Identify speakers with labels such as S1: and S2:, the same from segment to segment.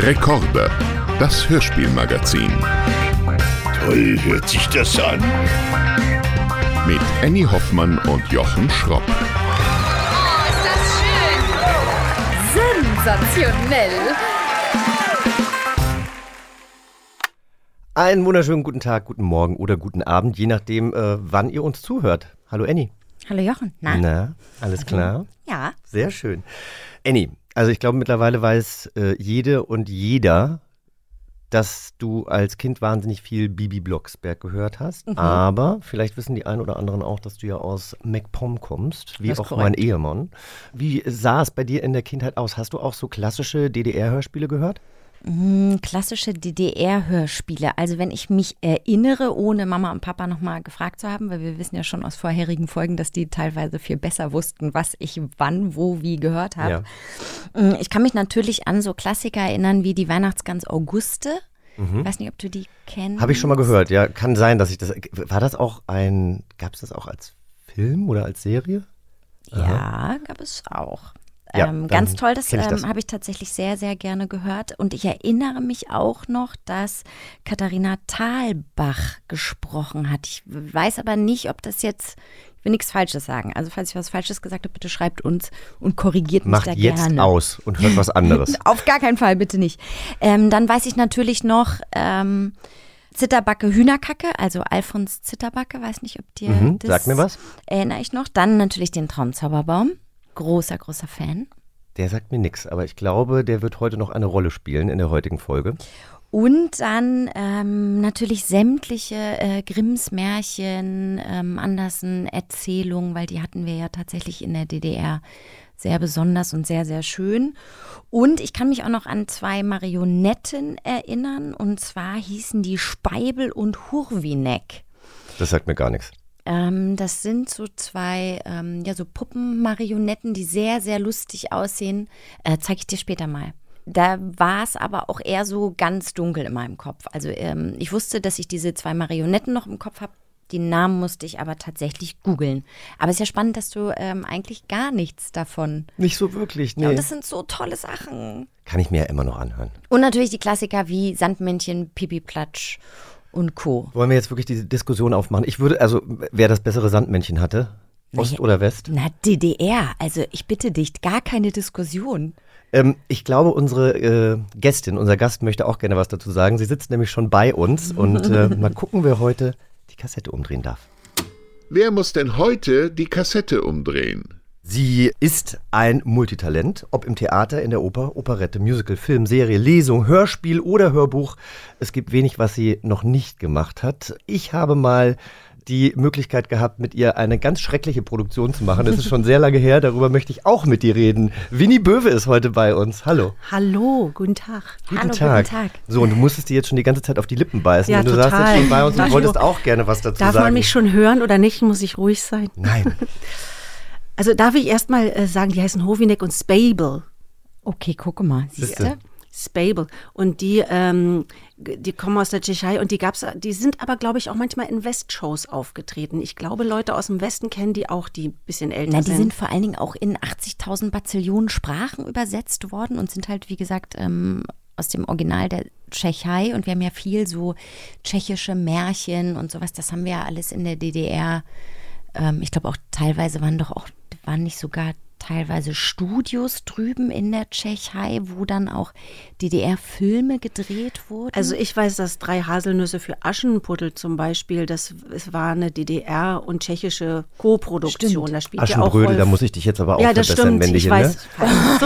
S1: Rekorde, das Hörspielmagazin.
S2: Toll hört sich das an.
S1: Mit Annie Hoffmann und Jochen Schropp.
S3: Oh, ist das schön! Sensationell!
S4: Einen wunderschönen guten Tag, guten Morgen oder guten Abend, je nachdem, wann ihr uns zuhört. Hallo Annie.
S5: Hallo Jochen.
S4: Na, alles klar?
S5: Ja.
S4: Sehr schön. Annie, also ich glaube mittlerweile weiß jede und jeder, dass du als Kind wahnsinnig viel Bibi Blocksberg gehört hast. Aber vielleicht wissen die einen oder anderen auch, dass du ja aus MacPom kommst, wie auch mein Ehemann. Wie sah es bei dir in der Kindheit aus? Hast du auch so klassische DDR-Hörspiele gehört?
S5: Klassische DDR-Hörspiele. Also wenn ich mich erinnere, ohne Mama und Papa nochmal gefragt zu haben, weil wir wissen ja schon aus vorherigen Folgen, dass die teilweise viel besser wussten, was ich wann, wo, wie gehört habe. Ja. Ich kann mich natürlich an so Klassiker erinnern wie die Weihnachtsgans Auguste. Ich weiß nicht, ob du die kennst.
S4: Habe ich schon mal gehört, ja. Kann sein, dass ich das... War das auch gab es das auch als Film oder als Serie?
S5: Ja, gab es auch.
S4: Ja,
S5: ganz toll, das habe ich tatsächlich sehr, sehr gerne gehört. Und ich erinnere mich auch noch, dass Katharina Thalbach gesprochen hat. Ich weiß aber nicht, ob das jetzt, ich will nichts Falsches sagen. Also falls ich was Falsches gesagt habe, bitte schreibt uns und korrigiert mich da gerne.
S4: Macht jetzt aus und hört was anderes.
S5: Auf gar keinen Fall, bitte nicht. Dann weiß ich natürlich noch Zitterbacke Hühnerkacke, also Alfons Zitterbacke, weiß nicht, ob dir das...
S4: Sag mir was.
S5: Erinnere ich noch. Dann natürlich den Traumzauberbaum. Großer Fan.
S4: Der sagt mir nichts, aber ich glaube, der wird heute noch eine Rolle spielen in der heutigen Folge.
S5: Und dann natürlich sämtliche Grimms Märchen, Andersen-Erzählungen, weil die hatten wir ja tatsächlich in der DDR sehr besonders und sehr, sehr schön. Und ich kann mich auch noch an 2 Marionetten erinnern, und zwar hießen die Speibel und Hurwinek.
S4: Das sagt mir gar nichts.
S5: Das sind so 2 so Puppenmarionetten, die sehr, sehr lustig aussehen. Zeige ich dir später mal. Da war es aber auch eher so ganz dunkel in meinem Kopf. Also ich wusste, dass ich diese 2 Marionetten noch im Kopf habe. Die Namen musste ich aber tatsächlich googeln. Aber es ist ja spannend, dass du eigentlich gar nichts davon...
S4: Nicht so wirklich, nee.
S5: Ja, und das sind so tolle Sachen.
S4: Kann ich mir ja immer noch anhören.
S5: Und natürlich die Klassiker wie Sandmännchen, Pipi Platsch und Co.
S4: Wollen wir jetzt wirklich diese Diskussion aufmachen? Ich würde, also wer das bessere Sandmännchen hatte, Ost oder West?
S5: Na, DDR, also ich bitte dich, gar keine Diskussion.
S4: Ich glaube, unsere Gästin, unser Gast möchte auch gerne was dazu sagen. Sie sitzt nämlich schon bei uns und mal gucken, wer heute die Kassette umdrehen darf.
S1: Wer muss denn heute die Kassette umdrehen?
S4: Sie ist ein Multitalent, ob im Theater, in der Oper, Operette, Musical, Film, Serie, Lesung, Hörspiel oder Hörbuch. Es gibt wenig, was sie noch nicht gemacht hat. Ich habe mal die Möglichkeit gehabt, mit ihr eine ganz schreckliche Produktion zu machen. Das ist schon sehr lange her, darüber möchte ich auch mit dir reden. Winnie Böwe ist heute bei uns. Hallo.
S6: Hallo, guten Tag.
S5: Guten Tag.
S4: So, und du musstest dir jetzt schon die ganze Zeit auf die Lippen beißen.
S6: Ja,
S4: und du
S6: total.
S4: saßt jetzt schon bei uns und wolltest auch gerne was dazu sagen.
S6: Darf man mich schon hören oder nicht? Muss ich ruhig sein?
S4: Nein.
S6: Also darf ich erst mal sagen, die heißen Hurwinek und Speibel.
S5: Okay, guck mal, siehst du?
S6: Speibel. Und die kommen aus der Tschechei und die sind aber, glaube ich, auch manchmal in Westshows aufgetreten. Ich glaube, Leute aus dem Westen kennen die auch, die ein bisschen älter sind.
S5: Die sind vor allen Dingen auch in 80.000 Bazillionen Sprachen übersetzt worden und sind halt, wie gesagt, aus dem Original der Tschechei. Und wir haben ja viel so tschechische Märchen und sowas. Das haben wir ja alles in der DDR. Ich glaube auch teilweise waren nicht sogar teilweise Studios drüben in der Tschechei, wo dann auch DDR-Filme gedreht wurden.
S6: Also ich weiß, dass 3 Haselnüsse für Aschenputtel zum Beispiel, es war eine DDR- und tschechische Co-Produktion. Da spielt
S4: Aschenbrödel,
S6: ja auch
S4: da muss ich dich jetzt aber auch
S6: ja, das
S4: verbessern,
S6: stimmt, ich weiß. Ne? So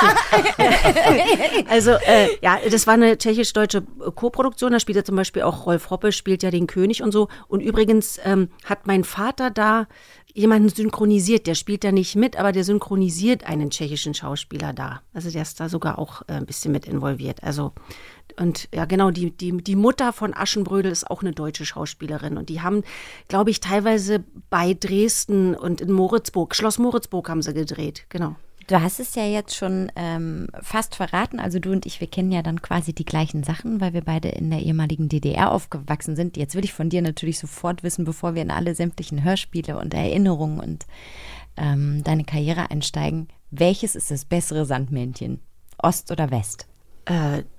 S6: geht's nicht. Also das war eine tschechisch-deutsche Co-Produktion. Da spielt ja zum Beispiel auch Rolf Hoppe, spielt ja den König und so. Und übrigens hat mein Vater da jemanden synchronisiert, der spielt da nicht mit, aber der synchronisiert einen tschechischen Schauspieler da. Also der ist da sogar auch ein bisschen mit involviert. Also und ja genau, die Mutter von Aschenbrödel ist auch eine deutsche Schauspielerin und die haben, glaube ich, teilweise bei Dresden und in Moritzburg, Schloss Moritzburg haben sie gedreht, genau.
S5: Du hast es ja jetzt schon fast verraten, also du und ich, wir kennen ja dann quasi die gleichen Sachen, weil wir beide in der ehemaligen DDR aufgewachsen sind. Jetzt will ich von dir natürlich sofort wissen, bevor wir in alle sämtlichen Hörspiele und Erinnerungen und deine Karriere einsteigen, welches ist das bessere Sandmännchen? Ost oder West?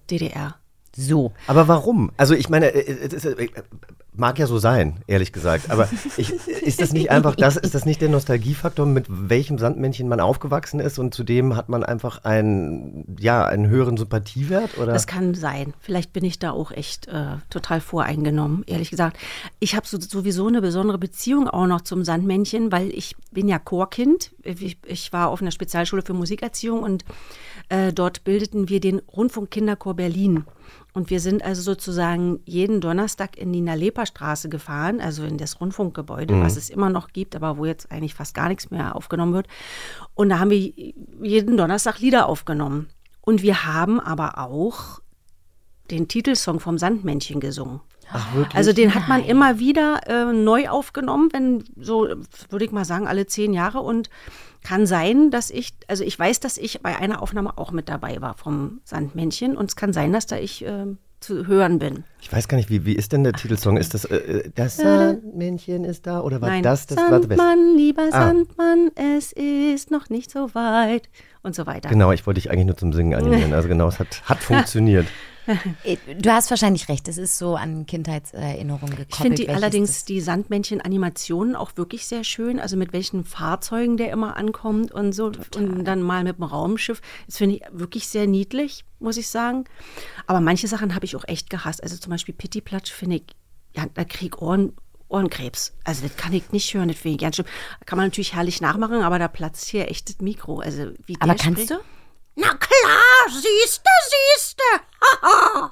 S6: DDR.
S5: So.
S4: Aber warum? Also ich meine, es mag ja so sein, ehrlich gesagt. Aber ist das nicht einfach ist das nicht der Nostalgiefaktor, mit welchem Sandmännchen man aufgewachsen ist und zudem hat man einfach einen höheren Sympathiewert? Oder?
S6: Das kann sein. Vielleicht bin ich da auch echt total voreingenommen, ehrlich gesagt. Ich habe sowieso eine besondere Beziehung auch noch zum Sandmännchen, weil ich bin ja Chorkind. Ich war auf einer Spezialschule für Musikerziehung und dort bildeten wir den Rundfunkkinderchor Berlin. Und wir sind also sozusagen jeden Donnerstag in die Nalepa-Straße gefahren, also in das Rundfunkgebäude, was es immer noch gibt, aber wo jetzt eigentlich fast gar nichts mehr aufgenommen wird. Und da haben wir jeden Donnerstag Lieder aufgenommen. Und wir haben aber auch den Titelsong vom Sandmännchen gesungen.
S4: Ach, wirklich?
S6: Also den hat man immer wieder neu aufgenommen, wenn so, würde ich mal sagen, alle 10 Jahre. Und kann sein, dass ich weiß, dass ich bei einer Aufnahme auch mit dabei war vom Sandmännchen. Und es kann sein, dass da ich zu hören bin.
S4: Ich weiß gar nicht, wie ist denn der Titelsong? Ist das das Sandmännchen ist da oder war
S6: Nein,
S4: das
S6: Sandmann, lieber Sandmann, es ist noch nicht so weit und so weiter.
S4: Genau, ich wollte dich eigentlich nur zum Singen animieren. Also genau, es hat funktioniert.
S5: Du hast wahrscheinlich recht, es ist so an Kindheitserinnerungen gekoppelt.
S6: Ich finde die Sandmännchen-Animationen auch wirklich sehr schön, also mit welchen Fahrzeugen der immer ankommt und so. Total. Und dann mal mit dem Raumschiff. Das finde ich wirklich sehr niedlich, muss ich sagen. Aber manche Sachen habe ich auch echt gehasst. Also zum Beispiel Pittiplatsch finde ich, ja, da krieg Ohrenkrebs. Also das kann ich nicht hören, das finde ich ganz schlimm. Kann man natürlich herrlich nachmachen, aber da platzt hier echt das Mikro. Also, wie
S5: aber
S6: der
S5: kannst
S6: spricht.
S5: du?
S6: Na klar, siehste. Oh,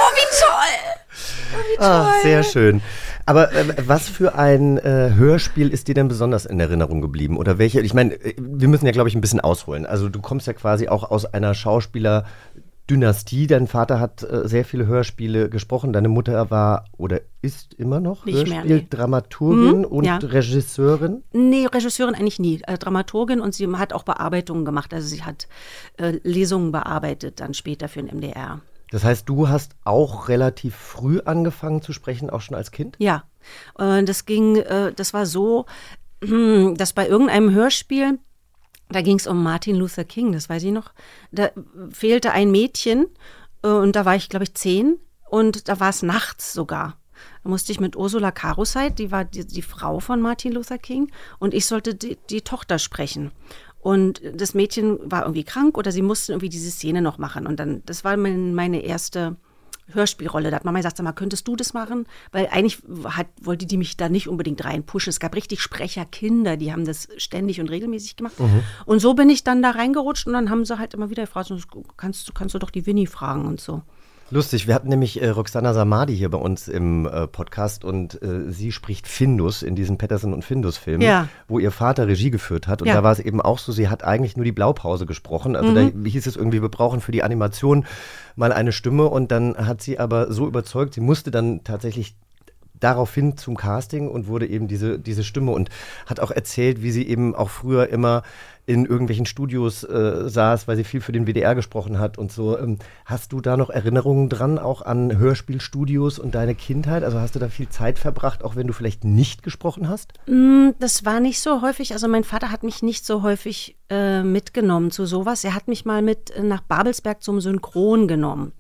S6: wie toll.
S4: Sehr schön. Aber was für ein Hörspiel ist dir denn besonders in Erinnerung geblieben? Oder welche? Ich meine, wir müssen ja, glaube ich, ein bisschen ausholen. Also du kommst ja quasi auch aus einer Schauspielerdynastie. Dein Vater hat sehr viele Hörspiele gesprochen. Deine Mutter war oder ist immer noch Hörspieldramaturgin und Regisseurin?
S6: Nee, Regisseurin eigentlich nie. Dramaturgin und sie hat auch Bearbeitungen gemacht. Also sie hat Lesungen bearbeitet dann später für den MDR.
S4: Das heißt, du hast auch relativ früh angefangen zu sprechen, auch schon als Kind?
S6: Ja, das war so, dass bei irgendeinem Hörspiel, da ging es um Martin Luther King, das weiß ich noch, da fehlte ein Mädchen und da war ich, glaube ich, 10 und da war es nachts sogar. Da musste ich mit Ursula Karuseit, die war die Frau von Martin Luther King und ich sollte die Tochter sprechen. Und das Mädchen war irgendwie krank oder sie mussten irgendwie diese Szene noch machen. Und dann, das war meine erste Hörspielrolle. Da hat Mama gesagt, sag mal, könntest du das machen? Weil eigentlich wollte die mich da nicht unbedingt reinpushen. Es gab richtig Sprecherkinder, die haben das ständig und regelmäßig gemacht. Und so bin ich dann da reingerutscht und dann haben sie halt immer wieder gefragt, kannst du doch die Winnie fragen und so.
S4: Lustig, wir hatten nämlich Roxana Samadi hier bei uns im Podcast und sie spricht Findus in diesem Pettersen und Findus-Film, wo ihr Vater Regie geführt hat. Und da war es eben auch so, sie hat eigentlich nur die Blaupause gesprochen. Also da hieß es irgendwie, wir brauchen für die Animation mal eine Stimme. Und dann hat sie aber so überzeugt, sie musste dann tatsächlich daraufhin zum Casting und wurde eben diese Stimme und hat auch erzählt, wie sie eben auch früher immer in irgendwelchen Studios saß, weil sie viel für den WDR gesprochen hat und so. Hast du da noch Erinnerungen dran, auch an Hörspielstudios und deine Kindheit? Also hast du da viel Zeit verbracht, auch wenn du vielleicht nicht gesprochen hast?
S6: Das war nicht so häufig. Also mein Vater hat mich nicht so häufig mitgenommen zu sowas. Er hat mich mal mit nach Babelsberg zum Synchron genommen.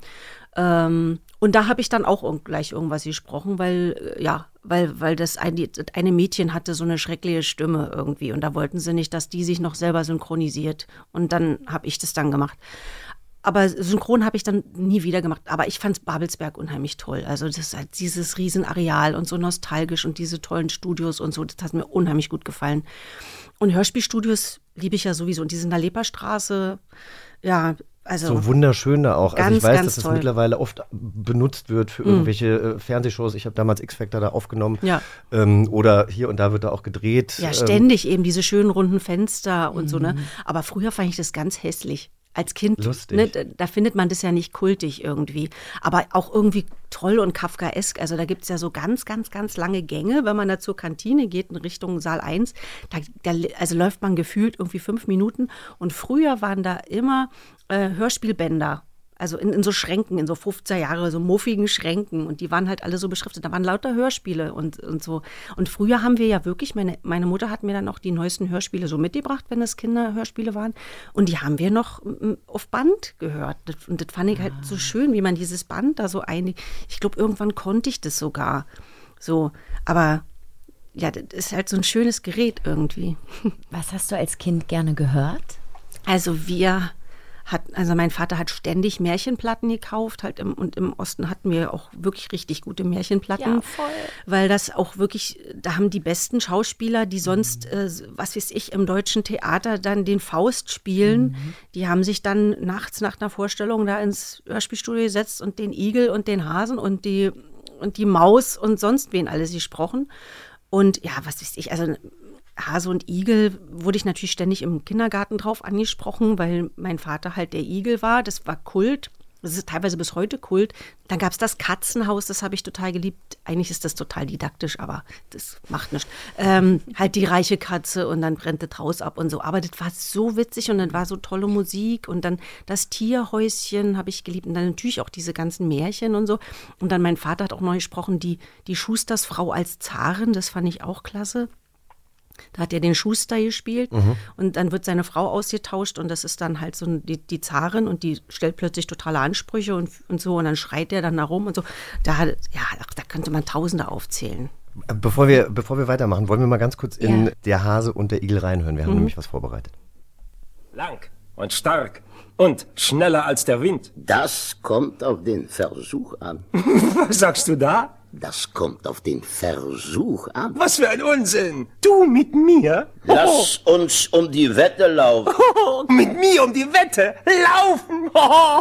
S6: Und da habe ich dann auch gleich irgendwas gesprochen, weil das eine Mädchen hatte so eine schreckliche Stimme irgendwie und da wollten sie nicht, dass die sich noch selber synchronisiert. Und dann habe ich das dann gemacht. Aber Synchron habe ich dann nie wieder gemacht. Aber ich fand Babelsberg unheimlich toll. Also das ist halt dieses Riesenareal und so nostalgisch und diese tollen Studios und so. Das hat mir unheimlich gut gefallen. Und Hörspielstudios liebe ich ja sowieso. Und diese Nalepa-Straße, ja, also
S4: so wunderschön da auch. Also ich weiß, dass es
S6: toll.
S4: mittlerweile oft benutzt wird für irgendwelche Fernsehshows. Ich habe damals X-Factor da aufgenommen. Ja. Oder hier und da wird da auch gedreht.
S6: Ja, ständig eben diese schönen runden Fenster und so, ne? Aber früher fand ich das ganz hässlich. Als Kind, ne, da findet man das ja nicht kultig irgendwie. Aber auch irgendwie toll und kafkaesk. Also da gibt es ja so ganz, ganz, ganz lange Gänge, wenn man da zur Kantine geht in Richtung Saal 1. Also läuft man gefühlt irgendwie 5 Minuten. Und früher waren da immer Hörspielbänder. Also in so Schränken, in so 50er Jahre, so muffigen Schränken. Und die waren halt alle so beschriftet. Da waren lauter Hörspiele und so. Und früher haben wir ja wirklich, meine Mutter hat mir dann auch die neuesten Hörspiele so mitgebracht, wenn es Kinderhörspiele waren. Und die haben wir noch auf Band gehört. Und das fand ich halt so schön, wie man dieses Band da so ich glaube, irgendwann konnte ich das sogar. So, aber ja, das ist halt so ein schönes Gerät irgendwie.
S5: Was hast du als Kind gerne gehört?
S6: Also mein Vater hat ständig Märchenplatten gekauft, und im Osten hatten wir auch wirklich richtig gute Märchenplatten.
S5: Ja, voll.
S6: Weil das auch wirklich, da haben die besten Schauspieler, die sonst, was weiß ich, im deutschen Theater dann den Faust spielen, die haben sich dann nachts nach einer Vorstellung da ins Hörspielstudio gesetzt und den Igel und den Hasen und die Maus und sonst wen alles gesprochen. Und ja, was weiß ich, also Hase und Igel wurde ich natürlich ständig im Kindergarten drauf angesprochen, weil mein Vater halt der Igel war. Das war Kult. Das ist teilweise bis heute Kult. Dann gab es das Katzenhaus, das habe ich total geliebt. Eigentlich ist das total didaktisch, aber das macht nichts. Halt die reiche Katze und dann brennt das Haus ab und so. Aber das war so witzig und dann war so tolle Musik. Und dann das Tierhäuschen habe ich geliebt. Und dann natürlich auch diese ganzen Märchen und so. Und dann mein Vater hat auch neu gesprochen, die Schustersfrau als Zarin. Das fand ich auch klasse. Da hat er den Schuster gespielt und dann wird seine Frau ausgetauscht und das ist dann halt so die Zarin und die stellt plötzlich totale Ansprüche und so und dann schreit er dann da rum und so. Da könnte man Tausende aufzählen.
S4: Bevor wir weitermachen, wollen wir mal ganz kurz in Der Hase und der Igel reinhören. Wir haben nämlich was vorbereitet.
S7: Lang und stark und schneller als der Wind.
S2: Das kommt auf den Versuch an.
S7: Was sagst du da?
S2: Das kommt auf den Versuch an.
S7: Was für ein Unsinn! Du mit mir?
S2: Lass uns um die Wette laufen.
S7: Mit mir um die Wette laufen!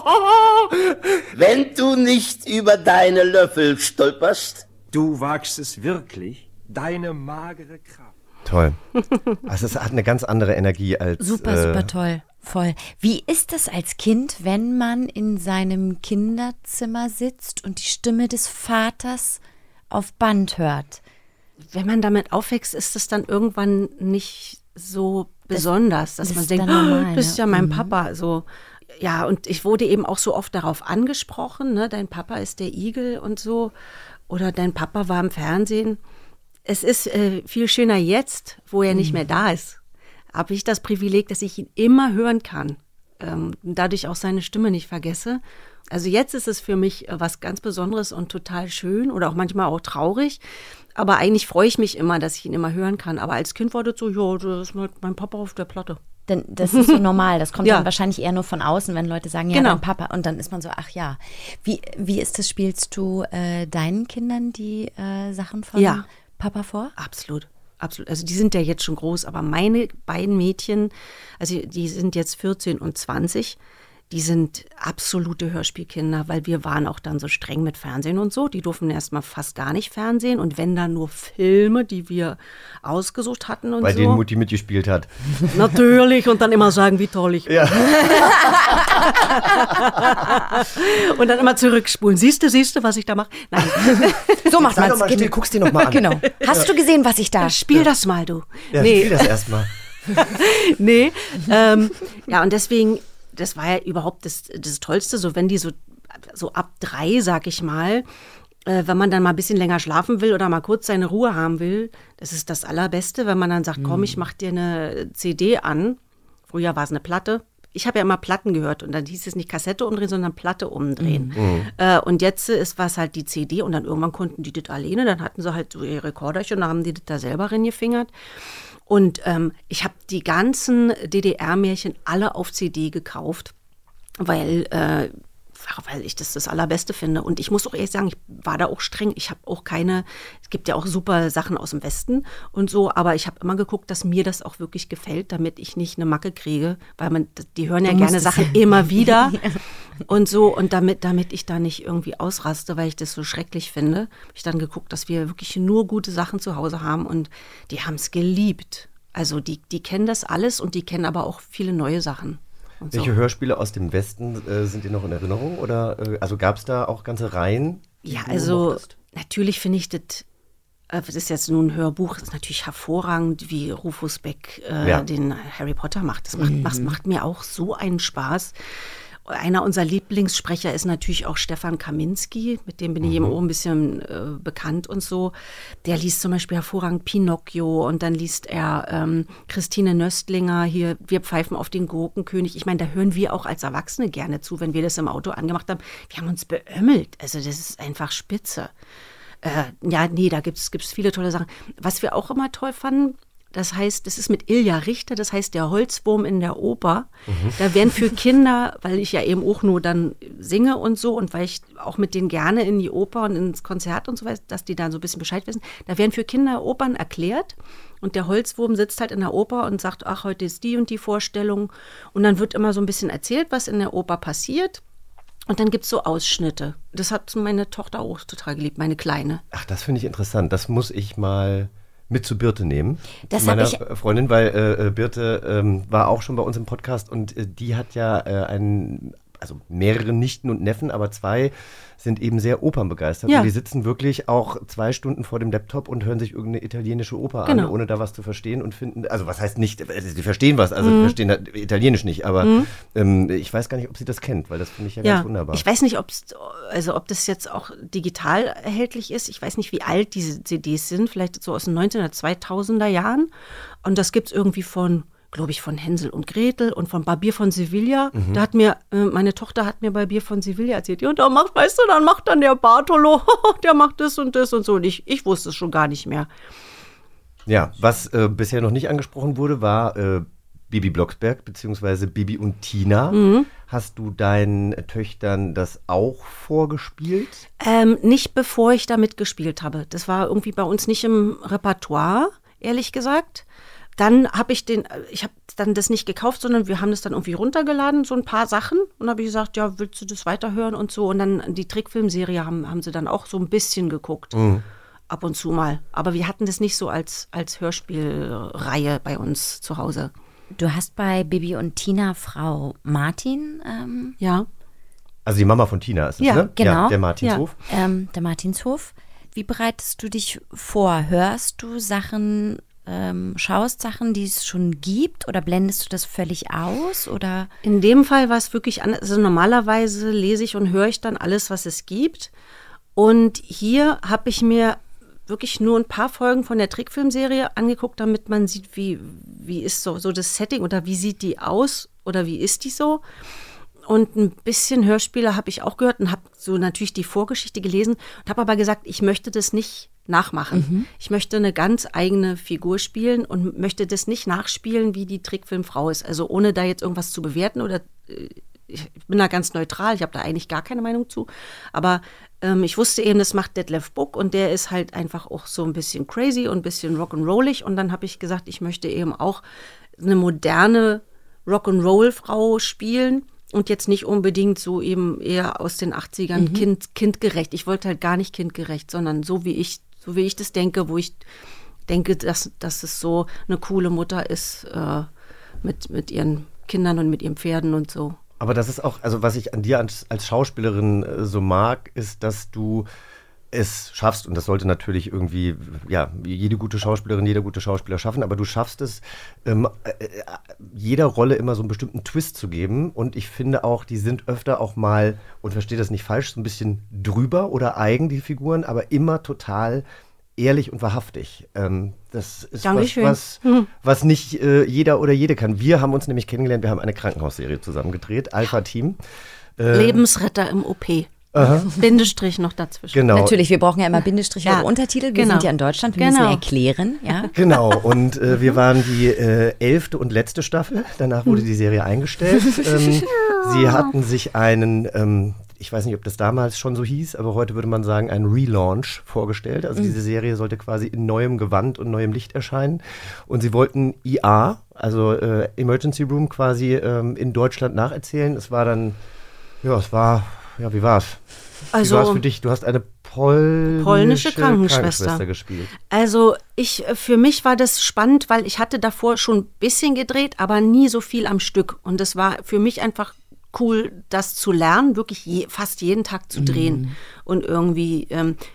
S2: Wenn du nicht über deine Löffel stolperst.
S7: Du wagst es wirklich, deine magere Kraft.
S4: Toll. Also es hat eine ganz andere Energie als...
S5: Super toll. Voll. Wie ist es als Kind, wenn man in seinem Kinderzimmer sitzt und die Stimme des Vaters auf Band hört?
S6: Wenn man damit aufwächst, ist es dann irgendwann nicht so besonders, dass man denkt, du bist ja mein Papa. So. Ja, und ich wurde eben auch so oft darauf angesprochen, ne? Dein Papa ist der Igel und so. Oder dein Papa war im Fernsehen. Es ist viel schöner jetzt, wo er nicht mehr da ist. Habe ich das Privileg, dass ich ihn immer hören kann. Dadurch auch seine Stimme nicht vergesse. Also jetzt ist es für mich was ganz Besonderes und total schön oder auch manchmal auch traurig. Aber eigentlich freue ich mich immer, dass ich ihn immer hören kann. Aber als Kind war das so, ja, das ist mein Papa auf der Platte.
S5: Denn das ist so normal. Das kommt dann wahrscheinlich eher nur von außen, wenn Leute sagen, ja,
S6: genau.
S5: Dein Papa. Und dann ist man so, ach ja. Wie ist das? Spielst du deinen Kindern die Sachen von Papa vor?
S6: Absolut. Absolut. Also die sind ja jetzt schon groß, aber meine beiden Mädchen, also die sind jetzt 14 und 20, die sind absolute Hörspielkinder, weil wir waren auch dann so streng mit Fernsehen und so. Die durften erstmal fast gar nicht Fernsehen und wenn dann nur Filme, die wir ausgesucht hatten und
S4: bei
S6: so.
S4: Bei denen Mutti mitgespielt hat.
S6: Natürlich und dann immer sagen, wie toll ich bin. Ja. Und dann immer zurückspulen. Siehst du, was ich da mache? Nein.
S5: So macht man es.
S4: Du guckst dir noch mal an.
S5: Genau. Hast du gesehen, was ich da...
S6: Spiel das mal, du.
S4: Ja, spiel das erstmal.
S6: Nee. Ja, und deswegen... Das war ja überhaupt das Tollste, so wenn die so ab 3, sag ich mal, wenn man dann mal ein bisschen länger schlafen will oder mal kurz seine Ruhe haben will, das ist das Allerbeste, wenn man dann sagt, komm, ich mach dir eine CD an. Früher war es eine Platte. Ich habe ja immer Platten gehört und dann hieß es nicht Kassette umdrehen, sondern Platte umdrehen. Und jetzt war es halt die CD und dann irgendwann konnten die das alleine, dann hatten sie halt so ihr Rekorderchen und dann haben die das da selber reingefingert. Und ich habe die ganzen DDR-Märchen alle auf CD gekauft, weil ich das Allerbeste finde. Und ich muss auch ehrlich sagen, ich war da auch streng. Ich habe auch es gibt ja auch super Sachen aus dem Westen und so, aber ich habe immer geguckt, dass mir das auch wirklich gefällt, damit ich nicht eine Macke kriege, weil die hören ja gerne Sachen immer wieder und so. Und damit ich da nicht irgendwie ausraste, weil ich das so schrecklich finde, habe ich dann geguckt, dass wir wirklich nur gute Sachen zu Hause haben und die haben es geliebt. Also die kennen das alles und die kennen aber auch viele neue Sachen.
S4: Welche Hörspiele aus dem Westen sind dir noch in Erinnerung? Oder also gab es da auch ganze Reihen?
S6: Ja, also natürlich finde ich das ist jetzt nur ein Hörbuch, das ist natürlich hervorragend, wie Rufus Beck den Harry Potter macht. Das macht mir auch so einen Spaß. einer unserer Lieblingssprecher ist natürlich auch Stefan Kaminski, mit dem bin ich eben auch ein bisschen bekannt und so. Der liest zum Beispiel hervorragend Pinocchio und dann liest er Christine Nöstlinger hier, Wir pfeifen auf den Gurkenkönig. Ich meine, da hören wir auch als Erwachsene gerne zu, wenn wir das im Auto angemacht haben. Wir haben uns beömmelt. Also das ist einfach spitze. Da gibt's viele tolle Sachen. Was wir auch immer toll fanden, das heißt, das ist mit Ilja Richter, das heißt der Holzwurm in der Oper. Da werden für Kinder, weil ich ja eben auch nur dann singe und so und weil ich auch mit denen gerne in die Oper und ins Konzert und so weiter, dass die da so ein bisschen Bescheid wissen, da werden für Kinder Opern erklärt und der Holzwurm sitzt halt in der Oper und sagt, ach, heute ist die und die Vorstellung und dann wird immer so ein bisschen erzählt, was in der Oper passiert. Und dann gibt es so Ausschnitte. Das hat meine Tochter auch total geliebt, meine Kleine.
S4: Ach, das finde ich interessant. Das muss ich mal mit zu Birte nehmen,
S5: das
S4: zu meiner Freundin, weil Birte war auch schon bei uns im Podcast und die hat ja also mehrere Nichten und Neffen, aber 2 sind eben sehr opernbegeistert.
S6: Ja.
S4: Und die sitzen wirklich auch 2 Stunden vor dem Laptop und hören sich irgendeine italienische Oper an, ohne da was zu verstehen und finden, also was heißt nicht, sie verstehen was, also verstehen Italienisch nicht, aber ich weiß gar nicht, ob sie das kennt, weil das finde ich ja ganz wunderbar.
S6: Ich weiß nicht, ob das jetzt auch digital erhältlich ist. Ich weiß nicht, wie alt diese CDs sind, vielleicht so aus den 1900er, 2000er Jahren. Und das gibt es irgendwie von Hänsel und Gretel und von Barbier von Sevilla. Da hat meine Tochter hat mir Barbier von Sevilla erzählt. Ja, und dann macht dann der Bartolo, der macht das und das und so. Und ich wusste es schon gar nicht mehr.
S4: Ja, was bisher noch nicht angesprochen wurde, war Bibi Blocksberg bzw. Bibi und Tina. Hast du deinen Töchtern das auch vorgespielt?
S6: Nicht bevor ich da mitgespielt habe. Das war irgendwie bei uns nicht im Repertoire, ehrlich gesagt. Dann habe ich dann das nicht gekauft, sondern wir haben das dann irgendwie runtergeladen, so ein paar Sachen. Und habe ich gesagt, ja, willst du das weiterhören und so. Und dann die Trickfilmserie haben sie dann auch so ein bisschen geguckt, ab und zu mal. Aber wir hatten das nicht so als Hörspielreihe bei uns zu Hause.
S5: Du hast bei Bibi und Tina Frau Martin.
S6: Ja.
S4: Also die Mama von Tina ist es, ne?
S5: Genau.
S4: Ja, der Martinshof.
S5: Der Martinshof. Wie bereitest du dich vor? Hörst du Sachen, schaust Sachen, die es schon gibt, oder blendest du das völlig aus? Oder?
S6: In dem Fall war es wirklich anders. Also normalerweise lese ich und höre ich dann alles, was es gibt. Und hier habe ich mir wirklich nur ein paar Folgen von der Trickfilmserie angeguckt, damit man sieht, wie ist so das Setting oder wie sieht die aus oder wie ist die so. Und ein bisschen Hörspiele habe ich auch gehört und habe so natürlich die Vorgeschichte gelesen und habe aber gesagt, ich möchte das nicht nachmachen. Ich möchte eine ganz eigene Figur spielen und möchte das nicht nachspielen, wie die Trickfilmfrau ist. Also ohne da jetzt irgendwas zu bewerten oder ich bin da ganz neutral, ich habe da eigentlich gar keine Meinung zu. Aber ich wusste eben, das macht Detlef Buck und der ist halt einfach auch so ein bisschen crazy und ein bisschen rock'n'rollig. Und dann habe ich gesagt, ich möchte eben auch eine moderne Rock'n'Roll-Frau spielen. Und jetzt nicht unbedingt so eben eher aus den 80ern kindgerecht. Ich wollte halt gar nicht kindgerecht, sondern so wie ich das denke, wo ich denke, dass es so eine coole Mutter ist mit ihren Kindern und mit ihren Pferden und so.
S4: Aber das ist auch, also was ich an dir als Schauspielerin so mag, ist, dass du es schaffst, und das sollte natürlich irgendwie, ja, jede gute Schauspielerin, jeder gute Schauspieler schaffen, aber du schaffst es, jeder Rolle immer so einen bestimmten Twist zu geben, und ich finde auch, die sind öfter auch mal, und verstehe das nicht falsch, so ein bisschen drüber oder eigen, die Figuren, aber immer total ehrlich und wahrhaftig. Das ist was nicht jeder oder jede kann. Wir haben uns nämlich kennengelernt, wir haben eine Krankenhausserie zusammen gedreht, Alpha Team.
S6: Lebensretter im OP. Bindestrich noch dazwischen.
S4: Genau.
S5: Natürlich, wir brauchen ja immer Bindestriche und Untertitel. Wir sind ja in Deutschland, wir müssen erklären. Ja.
S4: Genau, und wir waren die 11. und letzte Staffel. Danach wurde die Serie eingestellt. Sie hatten sich einen, ich weiß nicht, ob das damals schon so hieß, aber heute würde man sagen, einen Relaunch vorgestellt. Also diese Serie sollte quasi in neuem Gewand und neuem Licht erscheinen. Und sie wollten IA, also Emergency Room, quasi in Deutschland nacherzählen. Es war dann, ja, wie war's?
S6: Also,
S4: wie war es für dich? Du hast eine polnische Krankenschwester gespielt.
S6: Also für mich war das spannend, weil ich hatte davor schon ein bisschen gedreht, aber nie so viel am Stück. Und das war für mich einfach cool, das zu lernen, wirklich fast jeden Tag zu drehen. Und irgendwie,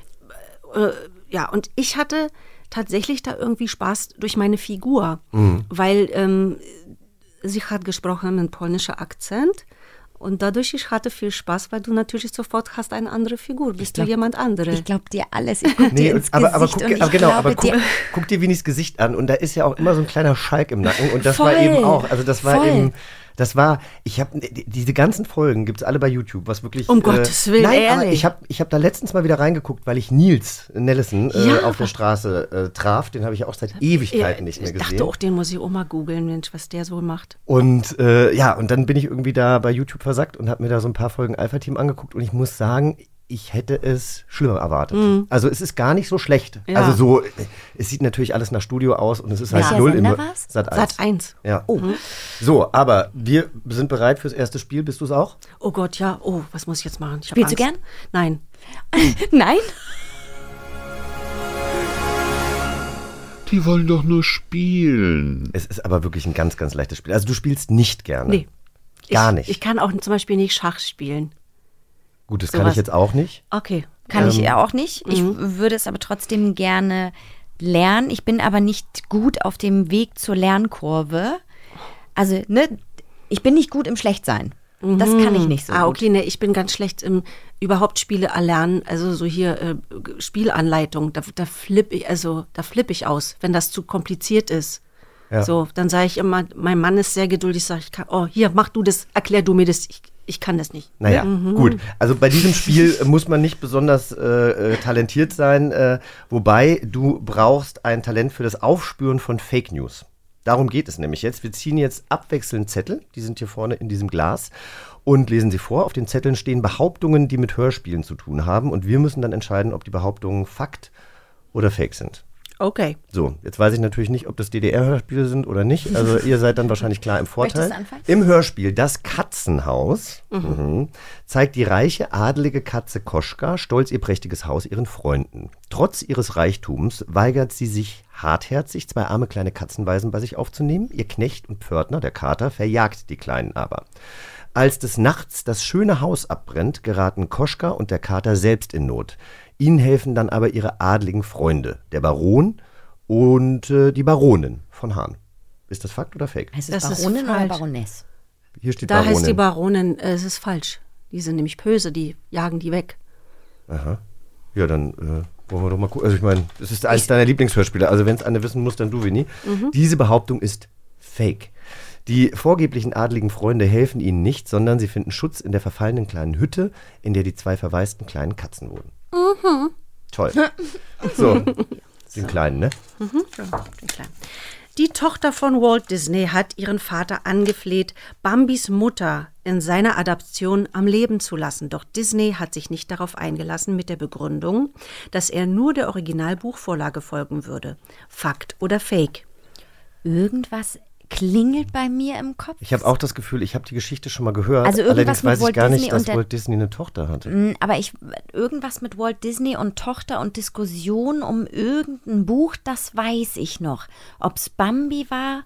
S6: und ich hatte tatsächlich da irgendwie Spaß durch meine Figur, weil sie hat gesprochen einen polnischen Akzent. Und dadurch, ich hatte viel Spaß, weil du natürlich sofort hast eine andere Figur. Bist du jemand anderes?
S5: Ich glaube dir alles. Ich gucke dir ins Gesicht und ich glaube dir...
S4: Guck dir Winnies Gesicht an und da ist ja auch immer so ein kleiner Schalk im Nacken und das war eben auch, also das war eben... ich habe diese ganzen Folgen gibt's alle bei YouTube, was wirklich
S6: um Gottes Willen,
S4: nein,
S6: ehrlich.
S4: aber ich habe da letztens mal wieder reingeguckt, weil ich Nils Nellison auf der Straße traf, den habe ich auch seit Ewigkeiten nicht mehr gesehen.
S6: Ich dachte auch, den muss ich auch mal googeln, Mensch, was der so macht.
S4: Und und dann bin ich irgendwie da bei YouTube versackt und habe mir da so ein paar Folgen Alpha Team angeguckt und ich muss sagen, ich hätte es schlimmer erwartet. Also es ist gar nicht so schlecht.
S6: Ja.
S4: Also so, es sieht natürlich alles nach Studio aus und es ist halt null in
S6: Sat.1.
S4: Ja. So, aber wir sind bereit fürs erste Spiel. Bist du es auch?
S6: Oh Gott, ja. Oh, was muss ich jetzt machen?
S5: Spielst du gern?
S6: Nein.
S5: Nein?
S1: Die wollen doch nur spielen.
S4: Es ist aber wirklich ein ganz, ganz leichtes Spiel. Also du spielst nicht gerne.
S6: Nee.
S4: Gar nicht.
S6: Ich kann auch zum Beispiel nicht Schach spielen.
S4: Gut, das kann ich jetzt auch nicht.
S6: Okay.
S5: Kann ich auch nicht. Ich würde es aber trotzdem gerne lernen. Ich bin aber nicht gut auf dem Weg zur Lernkurve. Also, ich bin nicht gut im Schlechtsein. Das kann ich nicht so gut.
S6: Okay, ich bin ganz schlecht im überhaupt Spiele erlernen. Also so hier Spielanleitung, da flippe ich aus, wenn das zu kompliziert ist. Ja. So, dann sage ich immer, mein Mann ist sehr geduldig, sage ich, hier, mach du das, erklär du mir das, ich kann das nicht.
S4: Naja, gut. Also bei diesem Spiel muss man nicht besonders talentiert sein, wobei du brauchst ein Talent für das Aufspüren von Fake News. Darum geht es nämlich jetzt. Wir ziehen jetzt abwechselnd Zettel, die sind hier vorne in diesem Glas und lesen sie vor. Auf den Zetteln stehen Behauptungen, die mit Hörspielen zu tun haben und wir müssen dann entscheiden, ob die Behauptungen Fakt oder Fake sind.
S6: Okay.
S4: So, jetzt weiß ich natürlich nicht, ob das DDR-Hörspiele sind oder nicht. Also ihr seid dann wahrscheinlich klar im Vorteil.
S5: Möchtest du anfangen?
S4: Im Hörspiel Das Katzenhaus zeigt die reiche, adelige Katze Koschka stolz ihr prächtiges Haus ihren Freunden. Trotz ihres Reichtums weigert sie sich hartherzig, 2 arme kleine Katzenweisen bei sich aufzunehmen. Ihr Knecht und Pförtner, der Kater, verjagt die Kleinen aber. Als des Nachts das schöne Haus abbrennt, geraten Koschka und der Kater selbst in Not. Ihnen helfen dann aber ihre adligen Freunde, der Baron und die Baronin von Hahn. Ist das Fakt oder Fake?
S5: Heißt es Baronin oder Baroness?
S4: Hier steht
S6: da
S4: Baronin.
S6: Heißt die Baronin, es ist falsch. Die sind nämlich böse, die jagen die weg.
S4: Aha. Ja, dann wollen wir doch mal gucken. Also ich meine, das ist eines deiner Lieblingshörspiele. Also wenn es eine wissen muss, dann du, Winnie. Diese Behauptung ist Fake. Die vorgeblichen adligen Freunde helfen ihnen nicht, sondern sie finden Schutz in der verfallenen kleinen Hütte, in der die 2 verwaisten kleinen Katzen wohnen. Toll. So, den Kleinen, ne?
S6: Den Kleinen. Die Tochter von Walt Disney hat ihren Vater angefleht, Bambis Mutter in seiner Adaption am Leben zu lassen. Doch Disney hat sich nicht darauf eingelassen mit der Begründung, dass er nur der Originalbuchvorlage folgen würde. Fakt oder Fake?
S5: Irgendwas klingelt bei mir im Kopf.
S4: Ich habe auch das Gefühl, ich habe die Geschichte schon mal gehört.
S5: Also
S4: allerdings weiß ich gar nicht, dass
S5: Disney
S4: Walt Disney eine Tochter hatte.
S5: Aber irgendwas mit Walt Disney und Tochter und Diskussion um irgendein Buch, das weiß ich noch. Ob es Bambi war?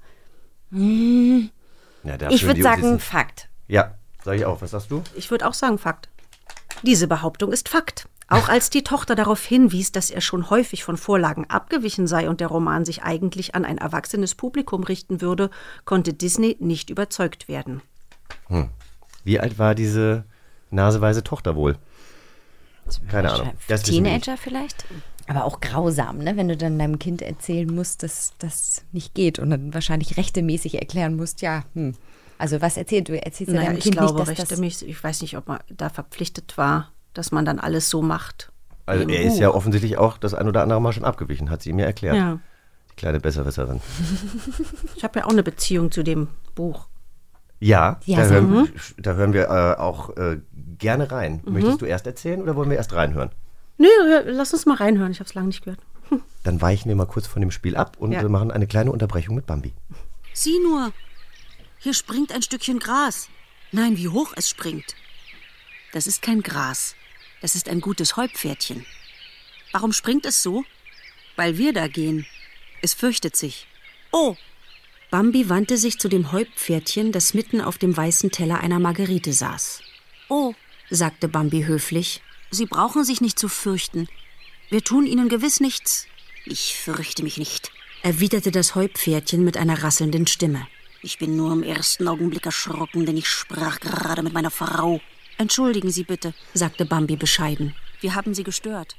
S4: Ja,
S5: ich würde sagen Fakt.
S4: Ja, sage ich auch. Was sagst du?
S6: Ich würde auch sagen Fakt. Diese Behauptung ist Fakt. Auch als die Tochter darauf hinwies, dass er schon häufig von Vorlagen abgewichen sei und der Roman sich eigentlich an ein erwachsenes Publikum richten würde, konnte Disney nicht überzeugt werden.
S4: Wie alt war diese naseweise Tochter wohl? Keine Ahnung.
S5: Teenager vielleicht? Aber auch grausam, ne? Wenn du dann deinem Kind erzählen musst, dass das nicht geht und dann wahrscheinlich rechtemäßig erklären musst, also was erzählst du? Erzählst du deinem Kind nicht, dass das...
S6: Ich weiß nicht, ob man da verpflichtet war, dass man dann alles so macht.
S4: Also er ist ja offensichtlich auch das ein oder andere Mal schon abgewichen, hat sie mir erklärt.
S6: Ja.
S4: Die kleine Besserwisserin.
S6: Ich habe ja auch eine Beziehung zu dem Buch.
S4: Ja, da hören wir auch gerne rein. Möchtest du erst erzählen oder wollen wir erst reinhören?
S6: Nö, lass uns mal reinhören. Ich habe es lange nicht gehört.
S4: Dann weichen wir mal kurz von dem Spiel ab und machen eine kleine Unterbrechung mit Bambi.
S8: Sieh nur, hier springt ein Stückchen Gras. Nein, wie hoch es springt. Das ist kein Gras. Das ist ein gutes Heupferdchen. Warum springt es so? Weil wir da gehen. Es fürchtet sich. Oh! Bambi wandte sich zu dem Heupferdchen, das mitten auf dem weißen Teller einer Margerite saß. Oh, sagte Bambi höflich, Sie brauchen sich nicht zu fürchten. Wir tun Ihnen gewiss nichts. Ich fürchte mich nicht, erwiderte das Heupferdchen mit einer rasselnden Stimme. Ich bin nur im ersten Augenblick erschrocken, denn ich sprach gerade mit meiner Frau. Entschuldigen Sie bitte, sagte Bambi bescheiden. Wir haben Sie gestört.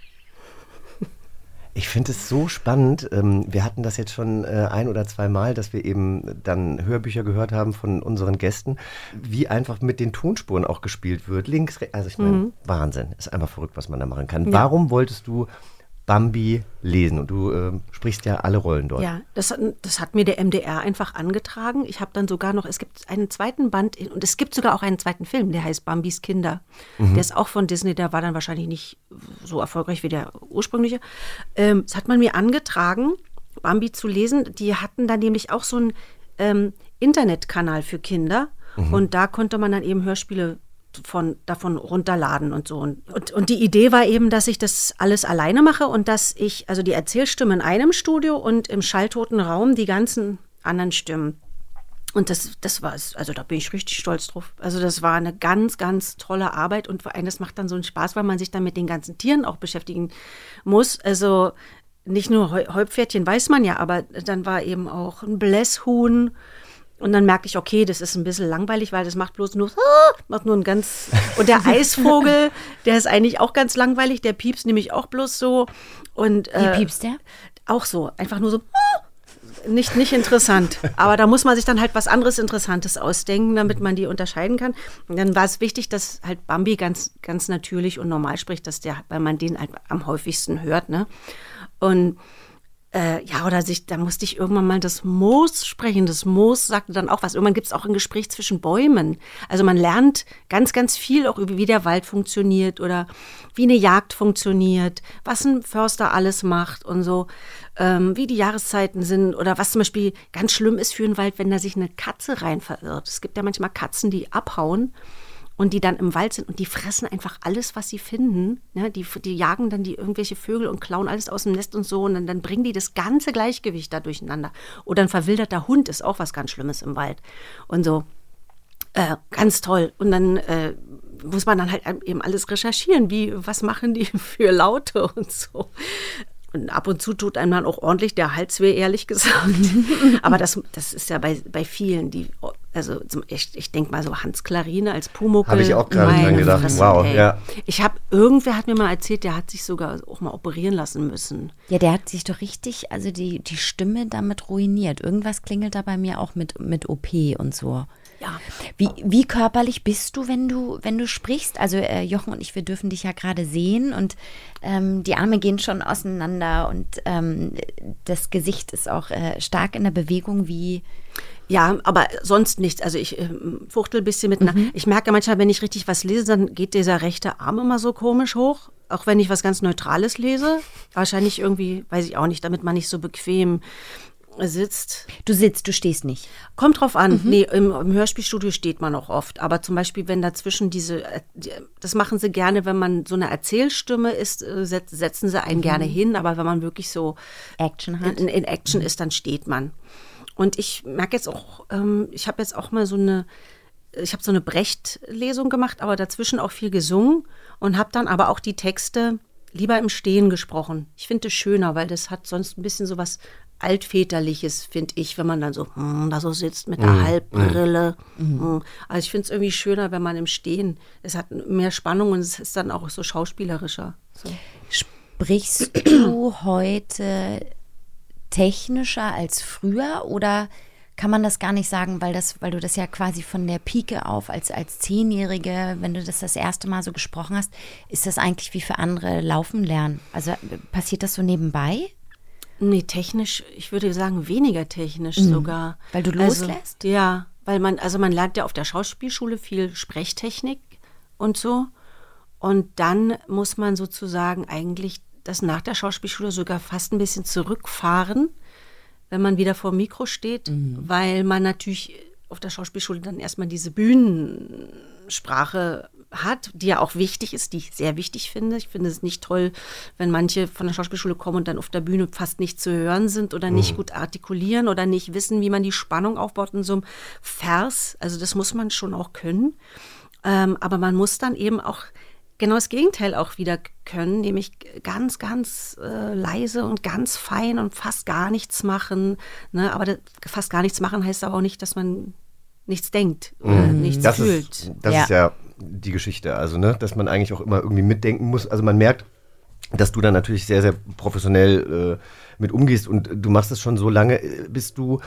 S4: Ich finde es so spannend. Wir hatten das jetzt schon ein oder zweimal, dass wir eben dann Hörbücher gehört haben von unseren Gästen, wie einfach mit den Tonspuren auch gespielt wird. Links, rechts. Also ich meine, Wahnsinn. Ist einfach verrückt, was man da machen kann. Ja. Warum wolltest du Bambi lesen? Und du sprichst ja alle Rollen dort.
S6: Ja, das hat mir der MDR einfach angetragen. Ich habe dann sogar noch, es gibt einen zweiten Band und es gibt sogar auch einen zweiten Film, der heißt Bambis Kinder. Der ist auch von Disney, der war dann wahrscheinlich nicht so erfolgreich wie der ursprüngliche. Das hat man mir angetragen, Bambi zu lesen. Die hatten dann nämlich auch so einen Internetkanal für Kinder und da konnte man dann eben Hörspiele davon runterladen und so. Und die Idee war eben, dass ich das alles alleine mache und dass ich, also die Erzählstimme in einem Studio und im schalltoten Raum die ganzen anderen Stimmen. Und das war es. Also da bin ich richtig stolz drauf. Also das war eine ganz, ganz tolle Arbeit und vor allem, das macht dann so einen Spaß, weil man sich dann mit den ganzen Tieren auch beschäftigen muss. Also nicht nur Häuptpferdchen weiß man ja, aber dann war eben auch ein Blässhuhn. Und dann merkte ich, okay, das ist ein bisschen langweilig, weil das macht nur ein ganz... Und der Eisvogel, der ist eigentlich auch ganz langweilig, der piepst nämlich auch bloß so. Und,
S5: wie piepst der?
S6: Auch so, einfach nur so, nicht interessant. Aber da muss man sich dann halt was anderes Interessantes ausdenken, damit man die unterscheiden kann. Und dann war es wichtig, dass halt Bambi ganz, ganz natürlich und normal spricht, weil man den halt am häufigsten hört, ne? Und da musste ich irgendwann mal das Moos sprechen. Das Moos sagte dann auch was. Irgendwann gibt es auch ein Gespräch zwischen Bäumen. Also man lernt ganz, ganz viel auch über, wie der Wald funktioniert oder wie eine Jagd funktioniert, was ein Förster alles macht und so, wie die Jahreszeiten sind oder was zum Beispiel ganz schlimm ist für einen Wald, wenn da sich eine Katze rein verirrt. Es gibt ja manchmal Katzen, die abhauen und die dann im Wald sind und die fressen einfach alles, was sie finden. Ja, die jagen dann irgendwelche Vögel und klauen alles aus dem Nest und so. Und dann bringen die das ganze Gleichgewicht da durcheinander. Oder ein verwilderter Hund ist auch was ganz Schlimmes im Wald. Und so, ganz toll. Und dann muss man dann halt eben alles recherchieren. Was machen die für Laute und so. Und ab und zu tut einem dann auch ordentlich der Hals weh, ehrlich gesagt. Aber das ist ja bei vielen, ich denke mal so Hans Klarine als Pumuckl.
S4: Habe ich auch gerade dran gedacht. Wow, ja.
S6: Irgendwer hat mir mal erzählt, der hat sich sogar auch mal operieren lassen müssen.
S5: Ja, der hat sich doch richtig, also die Stimme damit ruiniert. Irgendwas klingelt da bei mir auch mit OP und so.
S6: Ja.
S5: Wie körperlich bist du, wenn du sprichst? Also Jochen und ich, wir dürfen dich ja gerade sehen und die Arme gehen schon auseinander und das Gesicht ist auch stark in der Bewegung.
S6: Ja, aber sonst nichts. Also ich fuchtel ein bisschen mit. Ich merke manchmal, wenn ich richtig was lese, dann geht dieser rechte Arm immer so komisch hoch. Auch wenn ich was ganz Neutrales lese. Wahrscheinlich irgendwie, weiß ich auch nicht, damit man nicht so bequem sitzt.
S5: Du stehst nicht.
S6: Kommt drauf an. Nee, im Hörspielstudio steht man auch oft. Aber zum Beispiel, wenn dazwischen das machen sie gerne, wenn man so eine Erzählstimme ist, setzen sie einen gerne hin. Aber wenn man wirklich so
S5: Action hat.
S6: In Action ist, dann steht man. Und ich merke jetzt auch, ich habe jetzt auch mal so eine Brecht-Lesung gemacht, aber dazwischen auch viel gesungen und habe dann aber auch die Texte lieber im Stehen gesprochen. Ich finde es schöner, weil das hat sonst ein bisschen so was Altväterliches, finde ich, wenn man dann so da so sitzt mit der Halbbrille. Also ich finde es irgendwie schöner, wenn man im Stehen, es hat mehr Spannung und es ist dann auch so schauspielerischer. So.
S5: Sprichst du heute technischer als früher oder kann man das gar nicht sagen, weil du das ja quasi von der Pike auf als 10-Jährige, wenn du das erste Mal so gesprochen hast, ist das eigentlich wie für andere Laufen lernen? Also passiert das so nebenbei?
S6: Nee, technisch, ich würde sagen weniger technisch sogar.
S5: Weil du loslässt?
S6: Ja, weil man lernt ja auf der Schauspielschule viel Sprechtechnik und so und dann muss man sozusagen eigentlich das nach der Schauspielschule sogar fast ein bisschen zurückfahren, wenn man wieder vor dem Mikro steht, weil man natürlich auf der Schauspielschule dann erstmal diese Bühnensprache hat, die ja auch wichtig ist, die ich sehr wichtig finde. Ich finde es nicht toll, wenn manche von der Schauspielschule kommen und dann auf der Bühne fast nicht zu hören sind oder nicht gut artikulieren oder nicht wissen, wie man die Spannung aufbaut in so einem Vers. Also das muss man schon auch können. Aber man muss dann eben auch genau das Gegenteil auch wieder können, nämlich ganz, ganz leise und ganz fein und fast gar nichts machen. Ne? Aber fast gar nichts machen heißt aber auch nicht, dass man nichts denkt oder nichts fühlt.
S4: Das ist ja die Geschichte, also ne, dass man eigentlich auch immer irgendwie mitdenken muss. Also man merkt, dass du da natürlich sehr, sehr professionell mit umgehst und du machst es schon so lange. Bist du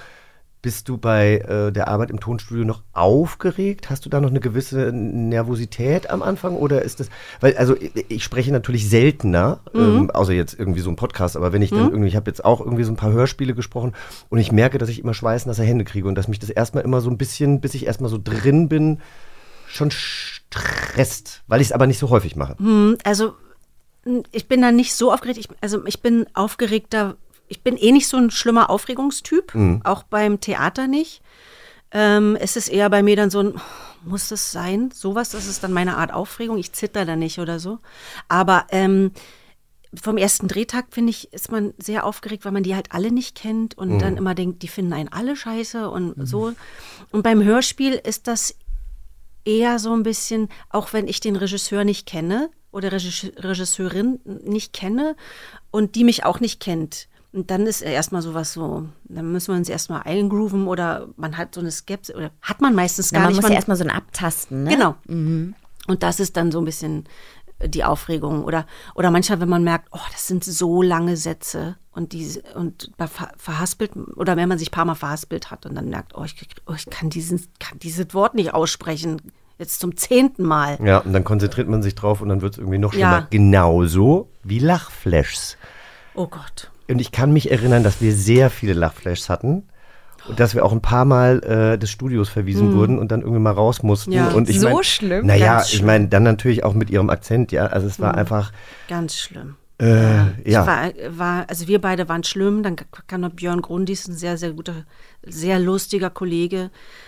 S4: bei der Arbeit im Tonstudio noch aufgeregt? Hast du da noch eine gewisse Nervosität am Anfang oder ist das, weil also ich spreche natürlich seltener, außer jetzt irgendwie so ein Podcast, aber wenn ich dann irgendwie, ich habe jetzt auch irgendwie so ein paar Hörspiele gesprochen und ich merke, dass ich immer schweißnasse Hände kriege und dass mich das erstmal immer so ein bisschen, bis ich erstmal so drin bin, schon stresst, weil ich es aber nicht so häufig mache.
S6: Also ich bin da nicht so aufgeregt, ich bin aufgeregter. Ich bin nicht so ein schlimmer Aufregungstyp, auch beim Theater nicht. Es ist eher bei mir dann so ein, muss das sein? Sowas, das ist dann meine Art Aufregung. Ich zitter da nicht oder so. Aber vom ersten Drehtag, finde ich, ist man sehr aufgeregt, weil man die halt alle nicht kennt und dann immer denkt, die finden einen alle scheiße und so. Und beim Hörspiel ist das eher so ein bisschen, auch wenn ich den Regisseur nicht kenne oder Regisseurin nicht kenne und die mich auch nicht kennt. Und dann ist erstmal sowas so, dann müssen wir uns erstmal eingrooven oder man hat so eine Skepsis, oder hat man meistens gar nicht.
S5: Man muss ja erstmal so ein Abtasten, ne?
S6: Genau. Und das ist dann so ein bisschen die Aufregung. Oder manchmal, wenn man merkt, oh, das sind so lange Sätze und verhaspelt, oder wenn man sich ein paar Mal verhaspelt hat und dann merkt, ich kann dieses Wort nicht aussprechen, jetzt zum 10. Mal.
S4: Ja, und dann konzentriert man sich drauf und dann wird es irgendwie noch schlimmer.
S6: Ja.
S4: Genauso wie Lachflashs.
S6: Oh Gott.
S4: Und ich kann mich erinnern, dass wir sehr viele Lachflashs hatten und dass wir auch ein paar Mal des Studios verwiesen wurden und dann irgendwie mal raus mussten.
S6: Ja.
S4: Und ich
S5: So schlimm?
S4: Naja,
S5: Ganz
S4: ich
S5: schlimm.
S4: meine, dann natürlich auch mit ihrem Akzent, ja. Also es war einfach,
S6: Ganz schlimm.
S4: ja.
S6: Also wir beide waren schlimm. Dann kam noch Björn Grundis, ein sehr, sehr guter, sehr lustiger Kollege.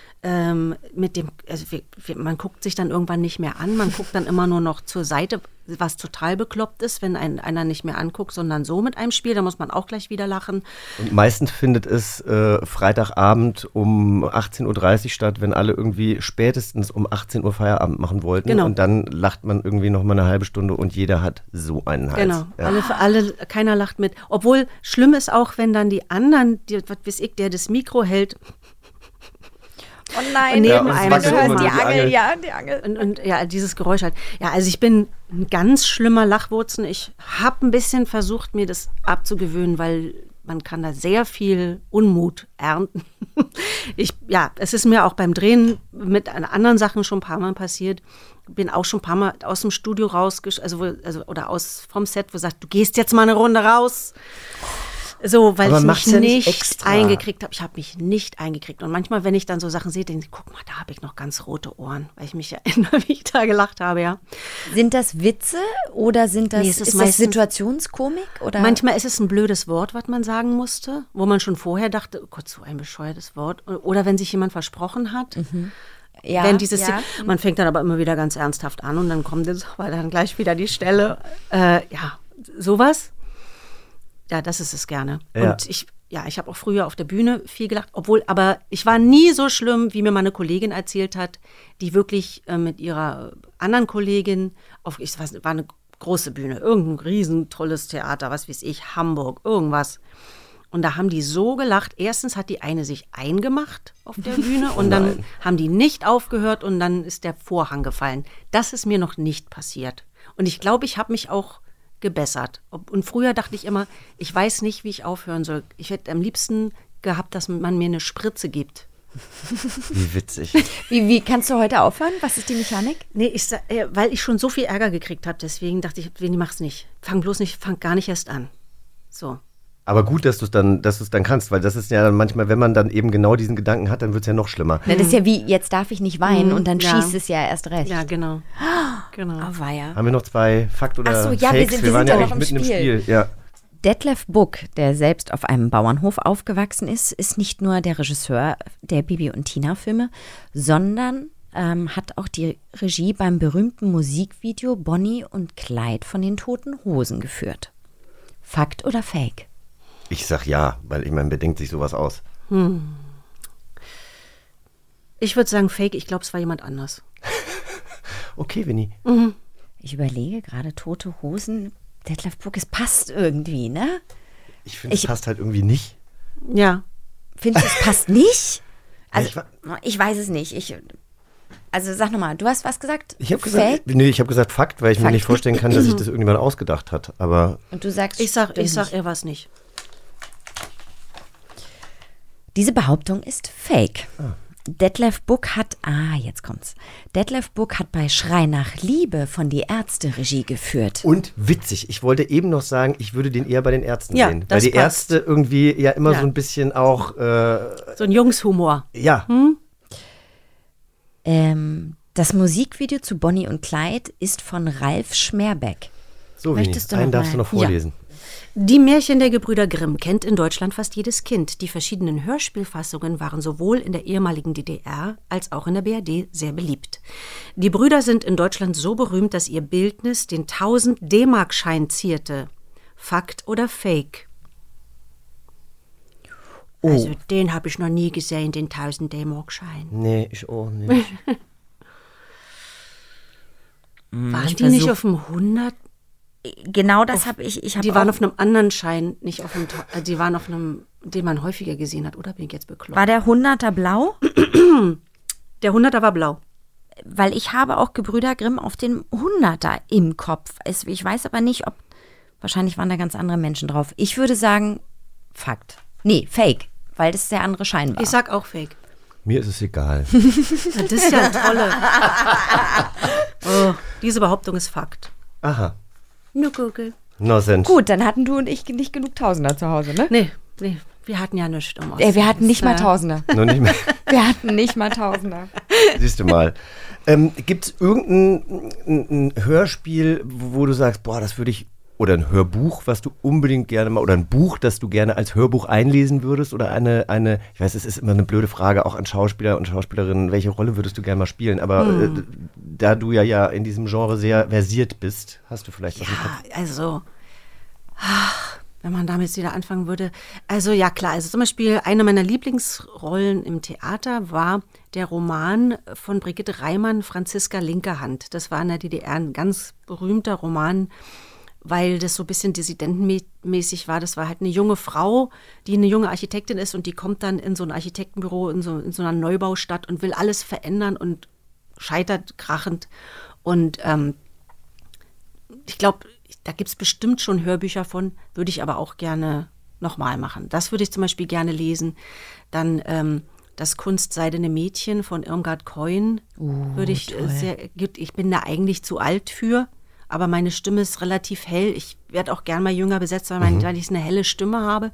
S6: Mit dem, also man guckt sich dann irgendwann nicht mehr an, man guckt dann immer nur noch zur Seite, was total bekloppt ist, wenn einer nicht mehr anguckt, sondern so mit einem Spiel, da muss man auch gleich wieder lachen.
S4: Und meistens findet es Freitagabend um 18.30 Uhr statt, wenn alle irgendwie spätestens um 18 Uhr Feierabend machen wollten.
S6: Genau.
S4: Und dann lacht man irgendwie noch mal eine halbe Stunde und jeder hat so einen Hals.
S6: Genau,
S4: Ja.
S6: keiner lacht mit. Obwohl, schlimm ist auch, wenn dann die anderen, was weiß ich, der das Mikro hält,
S5: Oh nein,
S6: und neben
S4: und es
S6: einem
S4: wackelt
S6: so
S4: immer
S6: immer.
S5: die
S4: die
S5: Angel,
S4: Angel.
S5: ja, die Angel.
S6: und ja, dieses Geräusch halt. Ja, also ich bin ein ganz schlimmer Lachwurzen. Ich habe ein bisschen versucht, mir das abzugewöhnen, weil man kann da sehr viel Unmut ernten. Es ist mir auch beim Drehen mit anderen Sachen schon ein paar Mal passiert. Bin auch schon ein paar Mal aus dem Studio vom Set, wo sagt, du gehst jetzt mal eine Runde raus. So, weil
S4: Aber
S6: ich
S4: macht's
S6: mich
S4: ja nicht
S6: nicht
S4: extra.
S6: eingekriegt habe. Ich habe mich nicht eingekriegt. Und manchmal, wenn ich dann so Sachen sehe, denke ich, guck mal, da habe ich noch ganz rote Ohren, weil ich mich erinnere, wie ich da gelacht habe, ja.
S5: Sind das Witze oder ist
S6: es ist
S5: das
S6: meistens-
S5: Situationskomik? Oder?
S6: Manchmal ist es ein blödes Wort, was man sagen musste, wo man schon vorher dachte, oh Gott, so ein bescheuertes Wort. Oder wenn sich jemand versprochen hat.
S5: ja,
S6: Wenn dieses,
S5: ja.
S6: Man fängt dann aber immer wieder ganz ernsthaft an und dann kommt dann gleich wieder die Stelle. Sowas. Ja, das ist es gerne.
S4: Ja.
S6: Und ich habe auch früher auf der Bühne viel gelacht, aber ich war nie so schlimm, wie mir meine Kollegin erzählt hat, die wirklich mit ihrer anderen Kollegin war eine große Bühne, irgendein riesen tolles Theater, was weiß ich, Hamburg, irgendwas. Und da haben die so gelacht. Erstens hat die eine sich eingemacht auf der Bühne und dann haben die nicht aufgehört und dann ist der Vorhang gefallen. Das ist mir noch nicht passiert. Und ich glaube, ich habe mich auch gebessert. Und früher dachte ich immer, ich weiß nicht, wie ich aufhören soll. Ich hätte am liebsten gehabt, dass man mir eine Spritze gibt.
S4: Wie witzig.
S5: Wie kannst du heute aufhören? Was ist die Mechanik?
S6: Nee, weil ich schon so viel Ärger gekriegt habe. Deswegen dachte ich, Veni, mach's nicht. Fang gar nicht erst an. So.
S4: Aber gut, dass du es dann kannst, weil das ist ja dann manchmal, wenn man dann eben genau diesen Gedanken hat, dann wird es ja noch schlimmer.
S5: Na, das ist ja wie, jetzt darf ich nicht weinen und dann
S6: ja.
S5: schießt es ja erst recht.
S6: Ja, genau. Genau.
S5: Oh, weia.
S4: Haben wir noch 2 Fakt oder
S5: Ach so, ja,
S4: Fakes?
S5: wir
S4: waren
S5: sind
S4: ja
S5: ja noch
S4: eigentlich
S5: im
S4: mitten im
S5: Spiel.
S4: Spiel. Ja.
S5: Detlef Buck, der selbst auf einem Bauernhof aufgewachsen ist nicht nur der Regisseur der Bibi und Tina-Filme, sondern hat auch die Regie beim berühmten Musikvideo Bonnie und Clyde von den Toten Hosen geführt. Fakt oder Fake?
S4: Ich sag ja, weil ich meine, wer denkt sich sowas aus?
S6: Ich würde sagen Fake, ich glaube, es war jemand anders.
S4: Okay, Winnie.
S5: Ich überlege gerade, Tote Hosen, Detlef Book, es passt irgendwie, ne?
S4: Ich finde, es passt halt irgendwie nicht.
S6: Ja.
S5: Findest du, es passt nicht? Also, ich weiß es nicht. Also sag nochmal, du hast was gesagt?
S4: Ich habe gesagt Fakt, weil ich mir nicht vorstellen kann, dass sich das irgendjemand ausgedacht hat. Aber
S5: und du sagst,
S6: ich sag, er war es nicht.
S5: Diese Behauptung ist fake. Detlef Book hat bei Schrei nach Liebe von Die Ärzte Regie geführt.
S4: Und witzig, ich wollte eben noch sagen, ich würde den eher bei den Ärzten sehen. Weil die
S6: passt.
S4: Ärzte irgendwie ja immer so ein bisschen auch
S6: so ein Jungshumor.
S4: Ja.
S5: Das Musikvideo zu Bonnie und Clyde ist von Ralf Schmerbeck.
S4: So, Möchtest du einen darfst du noch vorlesen.
S6: Ja. Die Märchen der Gebrüder Grimm kennt in Deutschland fast jedes Kind. Die verschiedenen Hörspielfassungen waren sowohl in der ehemaligen DDR als auch in der BRD sehr beliebt. Die Brüder sind in Deutschland so berühmt, dass ihr Bildnis den 1000 D-Mark-Schein zierte. Fakt oder Fake? Oh. Also den habe ich noch nie gesehen, den 1000 D-Mark-Schein.
S4: Nee, ich auch nicht.
S6: Waren die nicht auf dem 100?
S5: Genau das habe ich.
S6: Die waren auf einem anderen Schein, nicht auf einem. Die waren auf einem, den man häufiger gesehen hat. Oder bin ich jetzt bekloppt?
S5: War der 100er blau?
S6: Der 100er war blau.
S5: Weil ich habe auch Gebrüder Grimm auf den 100er im Kopf. Ich weiß aber nicht, ob. Wahrscheinlich waren da ganz andere Menschen drauf. Ich würde sagen, Fakt. Nee, Fake. Weil das der andere Schein war.
S6: Ich sag auch Fake.
S4: Mir ist es egal.
S6: Das ist ja tolle. Diese Behauptung ist Fakt.
S4: Aha.
S6: Nur Google.
S4: Nonsens.
S5: Gut, dann hatten du und ich nicht genug Tausender zu Hause, ne?
S6: Nee, wir hatten ja nichts.
S5: Wir hatten nicht mal Tausender.
S4: Noch nicht mehr.
S5: Wir hatten nicht mal Tausender.
S4: Siehst du mal. Gibt es irgendein Hörspiel, wo du sagst, boah, das würde ich, oder ein Hörbuch, was du unbedingt gerne mal, oder ein Buch, das du gerne als Hörbuch einlesen würdest, oder eine, ich weiß, es ist immer eine blöde Frage, auch an Schauspieler und Schauspielerinnen, welche Rolle würdest du gerne mal spielen, aber da du ja in diesem Genre sehr versiert bist, hast du vielleicht was im Kopf?
S6: Also, wenn man damit jetzt wieder anfangen würde, also ja klar, also zum Beispiel eine meiner Lieblingsrollen im Theater war der Roman von Brigitte Reimann, Franziska linke Hand. Das war in der DDR ein ganz berühmter Roman, weil das so ein bisschen dissidentenmäßig war. Das war halt eine junge Frau, die eine junge Architektin ist und die kommt dann in so ein Architektenbüro in so einer Neubaustadt und will alles verändern und scheitert krachend. Und ich glaube, da gibt es bestimmt schon Hörbücher von, würde ich aber auch gerne nochmal machen. Das würde ich zum Beispiel gerne lesen. Dann das Kunstseidene Mädchen von Irmgard Keun würde ich ich bin da eigentlich zu alt für. Aber meine Stimme ist relativ hell. Ich werde auch gern mal jünger besetzt, weil ich eine helle Stimme habe.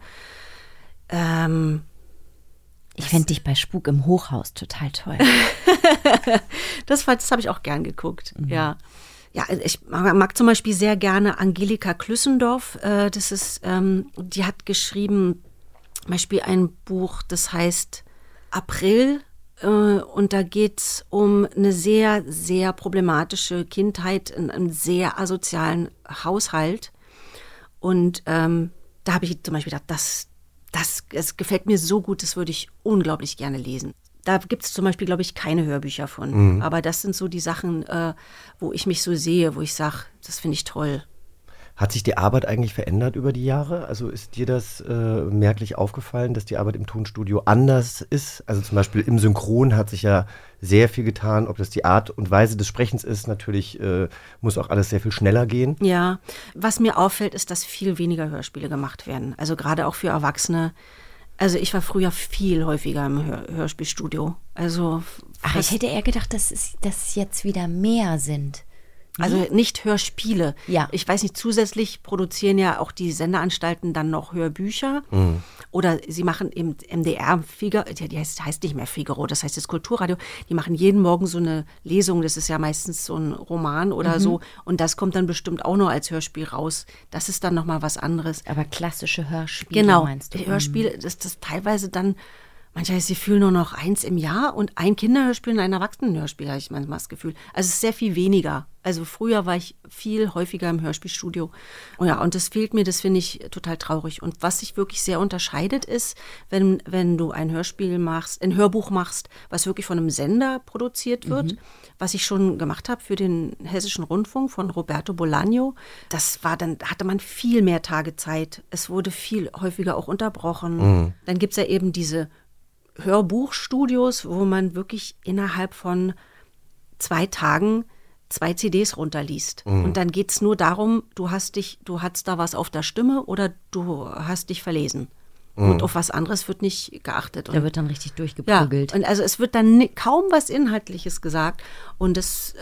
S5: Ich fände dich bei Spuk im Hochhaus total toll.
S6: Das habe ich auch gern geguckt, ja. Ja, ich mag zum Beispiel sehr gerne Angelika Klüssendorf. Das ist, die hat geschrieben, zum Beispiel ein Buch, das heißt April. Und da geht es um eine sehr, sehr problematische Kindheit in einem sehr asozialen Haushalt. Und da habe ich zum Beispiel gedacht, das gefällt mir so gut, das würde ich unglaublich gerne lesen. Da gibt es zum Beispiel, glaube ich, keine Hörbücher von. Aber das sind so die Sachen, wo ich mich so sehe, wo ich sage, das finde ich toll.
S4: Hat sich die Arbeit eigentlich verändert über die Jahre? Also ist dir das merklich aufgefallen, dass die Arbeit im Tonstudio anders ist? Also zum Beispiel im Synchron hat sich ja sehr viel getan. Ob das die Art und Weise des Sprechens ist, natürlich muss auch alles sehr viel schneller gehen.
S6: Ja, was mir auffällt, ist, dass viel weniger Hörspiele gemacht werden. Also gerade auch für Erwachsene. Also ich war früher viel häufiger im Hörspielstudio. Also
S5: Ach, ich hätte eher gedacht, dass jetzt wieder mehr sind.
S6: Also nicht Hörspiele.
S5: Ja.
S6: Ich weiß nicht, zusätzlich produzieren ja auch die Sendeanstalten dann noch Hörbücher. Oder sie machen im MDR, die heißt nicht mehr Figaro, das heißt das Kulturradio, die machen jeden Morgen so eine Lesung, das ist ja meistens so ein Roman oder so. Und das kommt dann bestimmt auch nur als Hörspiel raus. Das ist dann nochmal was anderes.
S5: Aber klassische Hörspiele,
S6: genau,
S5: meinst du?
S6: Hörspiele, das teilweise dann Manchmal ist das Gefühl nur noch 1 im Jahr und ein Kinderhörspiel und ein Erwachsenenhörspiel, habe ich manchmal das Gefühl. Also es ist sehr viel weniger. Also früher war ich viel häufiger im Hörspielstudio. Und das fehlt mir, das finde ich total traurig. Und was sich wirklich sehr unterscheidet ist, wenn du ein Hörbuch machst, was wirklich von einem Sender produziert wird, was ich schon gemacht habe für den Hessischen Rundfunk von Roberto Bolaño. Dann hatte man viel mehr Tage Zeit. Es wurde viel häufiger auch unterbrochen. Dann gibt es ja eben diese Hörbuchstudios, wo man wirklich innerhalb von 2 Tagen 2 CDs runterliest. Und dann geht es nur darum, du hast da was auf der Stimme oder du hast dich verlesen. Und auf was anderes wird nicht geachtet.
S5: Da wird dann richtig durchgeprügelt.
S6: Ja, und also es wird dann kaum was Inhaltliches gesagt. Und es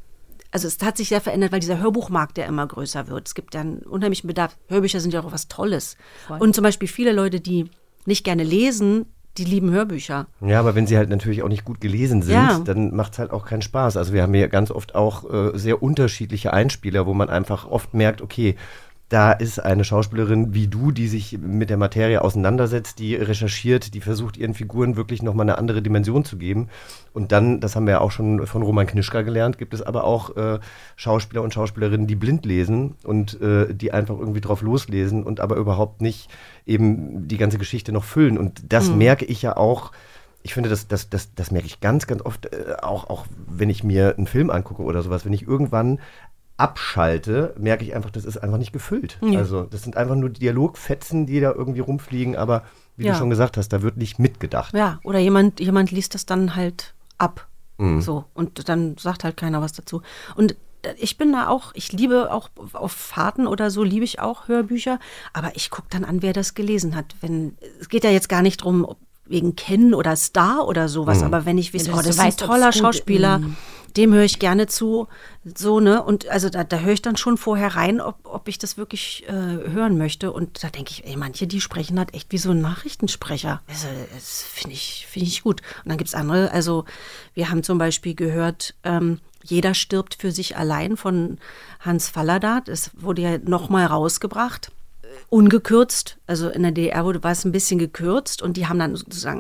S6: hat sich sehr verändert, weil dieser Hörbuchmarkt ja immer größer wird. Es gibt ja einen unheimlichen Bedarf. Hörbücher sind ja auch was Tolles. Voll. Und zum Beispiel viele Leute, die nicht gerne lesen, die lieben Hörbücher.
S4: Ja, aber wenn sie halt natürlich auch nicht gut gelesen sind, dann macht es halt auch keinen Spaß. Also wir haben hier ganz oft auch sehr unterschiedliche Einspieler, wo man einfach oft merkt, okay, da ist eine Schauspielerin wie du, die sich mit der Materie auseinandersetzt, die recherchiert, die versucht, ihren Figuren wirklich nochmal eine andere Dimension zu geben. Und dann, das haben wir ja auch schon von Roman Knischka gelernt, gibt es aber auch Schauspieler und Schauspielerinnen, die blind lesen und die einfach irgendwie drauf loslesen und aber überhaupt nicht eben die ganze Geschichte noch füllen. Und das merke ich ja auch. Ich finde, das merke ich ganz, ganz oft, auch wenn ich mir einen Film angucke oder sowas, wenn ich irgendwann abschalte, merke ich einfach, das ist einfach nicht gefüllt. Ja. Also das sind einfach nur Dialogfetzen, die da irgendwie rumfliegen, aber wie du schon gesagt hast, da wird nicht mitgedacht.
S6: Ja, oder jemand liest das dann halt ab. So, und dann sagt halt keiner was dazu. Und ich bin da auch, ich liebe auch auf Fahrten oder so, liebe ich auch Hörbücher, aber ich gucke dann an, wer das gelesen hat. Es geht ja jetzt gar nicht drum, wegen Kennen oder Star oder sowas, aber wenn ich weiß, das ist ein toller Schauspieler, dem höre ich gerne zu, so, ne, und also da höre ich dann schon vorher rein, ob ich das wirklich hören möchte, und da denke ich, manche, die sprechen halt echt wie so ein Nachrichtensprecher, also das finde ich gut. Und dann gibt es andere, also wir haben zum Beispiel gehört, Jeder stirbt für sich allein von Hans Falladath, das wurde ja nochmal rausgebracht, ungekürzt, also in der DDR war es ein bisschen gekürzt, und die haben dann sozusagen,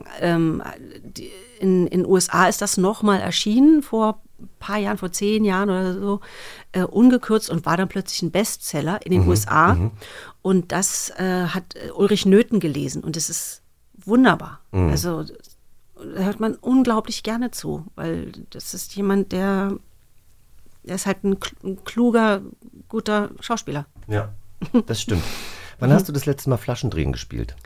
S6: in den USA ist das nochmal erschienen vor ein paar Jahren, vor 10 Jahren oder so, ungekürzt, und war dann plötzlich ein Bestseller in den USA. Und das hat Ulrich Nöthen gelesen, und das ist wunderbar. Also da hört man unglaublich gerne zu, weil das ist jemand, der ist halt ein kluger, guter Schauspieler.
S4: Ja, das stimmt. Wann hast du das letzte Mal Flaschendrehen gespielt?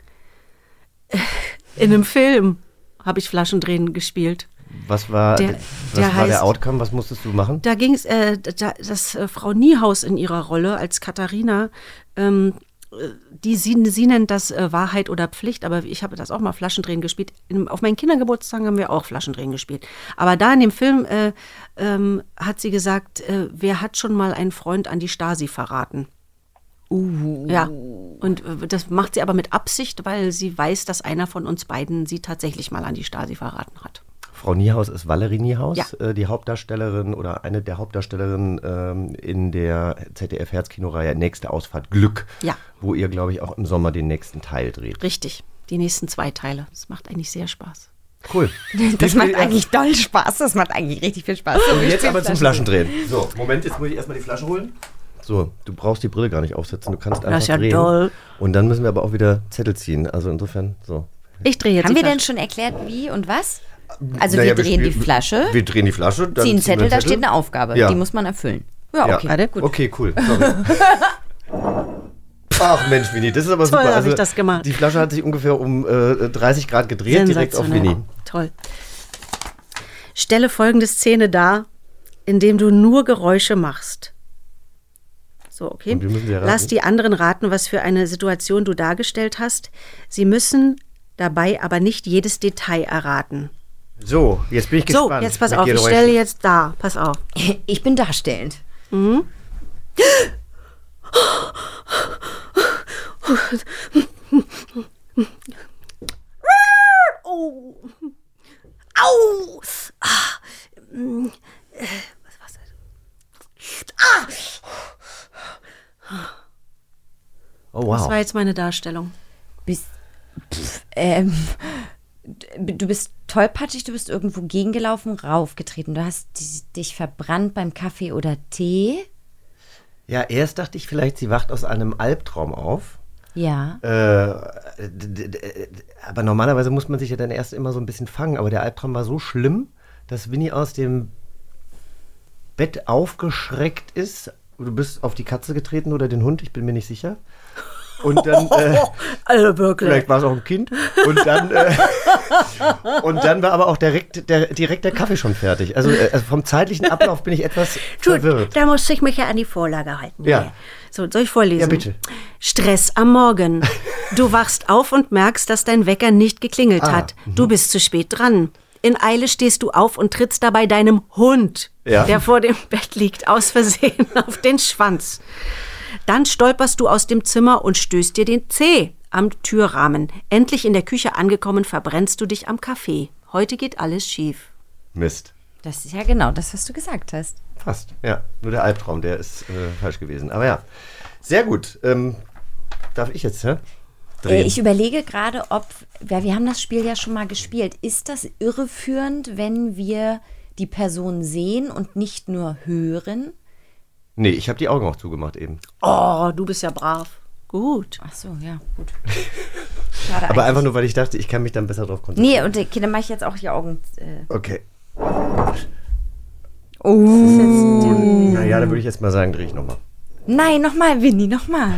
S6: In einem Film habe ich Flaschendrehen gespielt.
S4: Was war der Outcome? Was musstest du machen?
S6: Da ging es, dass Frau Niehaus in ihrer Rolle als Katharina, sie nennt das Wahrheit oder Pflicht, aber ich habe das auch mal Flaschendrehen gespielt. Auf meinen Kindergeburtstagen haben wir auch Flaschendrehen gespielt. Aber da in dem Film hat sie gesagt, wer hat schon mal einen Freund an die Stasi verraten? Ja, und das macht sie aber mit Absicht, weil sie weiß, dass einer von uns beiden sie tatsächlich mal an die Stasi verraten hat.
S4: Frau Niehaus ist Valerie Niehaus,
S6: ja.
S4: Die Hauptdarstellerin oder eine der Hauptdarstellerinnen in der ZDF-Herzkinoreihe Nächste Ausfahrt Glück,
S6: ja.
S4: Wo ihr, glaube ich, auch im Sommer den nächsten Teil dreht.
S6: Richtig, die nächsten 2 Teile. Das macht eigentlich sehr Spaß.
S4: Cool.
S5: Das macht eigentlich doll Spaß, das macht eigentlich richtig viel Spaß.
S4: Und jetzt aber zum Flaschendrehen. So, Moment, jetzt muss ich erstmal die Flasche holen. So, du brauchst die Brille gar nicht aufsetzen, du kannst einfach drehen. Doll. Und dann müssen wir aber auch wieder Zettel ziehen, also insofern, so.
S6: Ich drehe jetzt
S5: Haben wir
S6: Flasche.
S5: denn schon erklärt, wie und was? Also wir drehen die Flasche.
S4: Wir drehen die Flasche. Dann
S5: ziehen Zettel, da steht eine Aufgabe. Ja. Die muss man erfüllen. Ja, okay.
S6: Warte, gut.
S4: Okay, cool. Sorry. Ach Mensch, Winnie, das ist aber super.
S6: Toll, habe ich das gemacht.
S4: Die Flasche hat sich ungefähr um 30 Grad gedreht, direkt auf Winnie.
S6: Toll. Stelle folgende Szene dar, indem du nur Geräusche machst. So, okay. Lass die anderen raten, was für eine Situation du dargestellt hast. Sie müssen dabei aber nicht jedes Detail erraten.
S4: So, jetzt bin ich gespannt.
S6: So, jetzt pass auf, ich stelle jetzt da. Pass auf.
S5: Ich bin darstellend.
S6: Mhm. Oh. Au! Was war's denn?
S4: Oh, wow.
S6: Das war jetzt meine Darstellung.
S5: Du bist tollpatschig, du bist irgendwo gegengelaufen, raufgetreten. Du hast dich verbrannt beim Kaffee oder Tee.
S4: Ja, erst dachte ich vielleicht, sie wacht aus einem Albtraum auf.
S5: Ja.
S4: Aber normalerweise muss man sich ja dann erst immer so ein bisschen fangen. Aber der Albtraum war so schlimm, dass Winnie aus dem Bett aufgeschreckt ist. Du bist auf die Katze getreten oder den Hund, ich bin mir nicht sicher. Und dann,
S6: also wirklich.
S4: Vielleicht war es auch ein Kind. Und dann war aber auch direkt der Kaffee schon fertig. Also vom zeitlichen Ablauf bin ich etwas verwirrt.
S6: Da muss ich mich ja an die Vorlage halten.
S4: Ja.
S6: So, soll ich vorlesen?
S4: Ja, bitte.
S6: Stress am Morgen. Du wachst auf und merkst, dass dein Wecker nicht geklingelt hat. Du bist zu spät dran. In Eile stehst du auf und trittst dabei deinem Hund, der vor dem Bett liegt, aus Versehen auf den Schwanz. Dann stolperst du aus dem Zimmer und stößt dir den Zeh am Türrahmen. Endlich in der Küche angekommen, verbrennst du dich am Kaffee. Heute geht alles schief.
S4: Mist.
S5: Das ist ja genau das, was du gesagt hast.
S4: Fast, ja. Nur der Albtraum, der ist falsch gewesen. Aber ja, sehr gut. Darf ich jetzt, drehen?
S5: Ich überlege gerade, wir haben das Spiel ja schon mal gespielt. Ist das irreführend, wenn wir die Person sehen und nicht nur hören?
S4: Nee, ich habe die Augen auch zugemacht eben.
S6: Oh, du bist ja brav. Gut.
S5: Ach so, ja, gut. Schade.
S4: Aber einfach nur, weil ich dachte, ich kann mich dann besser drauf konzentrieren.
S5: Nee, und okay, dann mache ich jetzt auch die Augen.
S4: Okay.
S5: Oh.
S4: Naja, dann würde ich jetzt mal sagen, drehe ich nochmal.
S5: Nein, nochmal, Winnie, nochmal.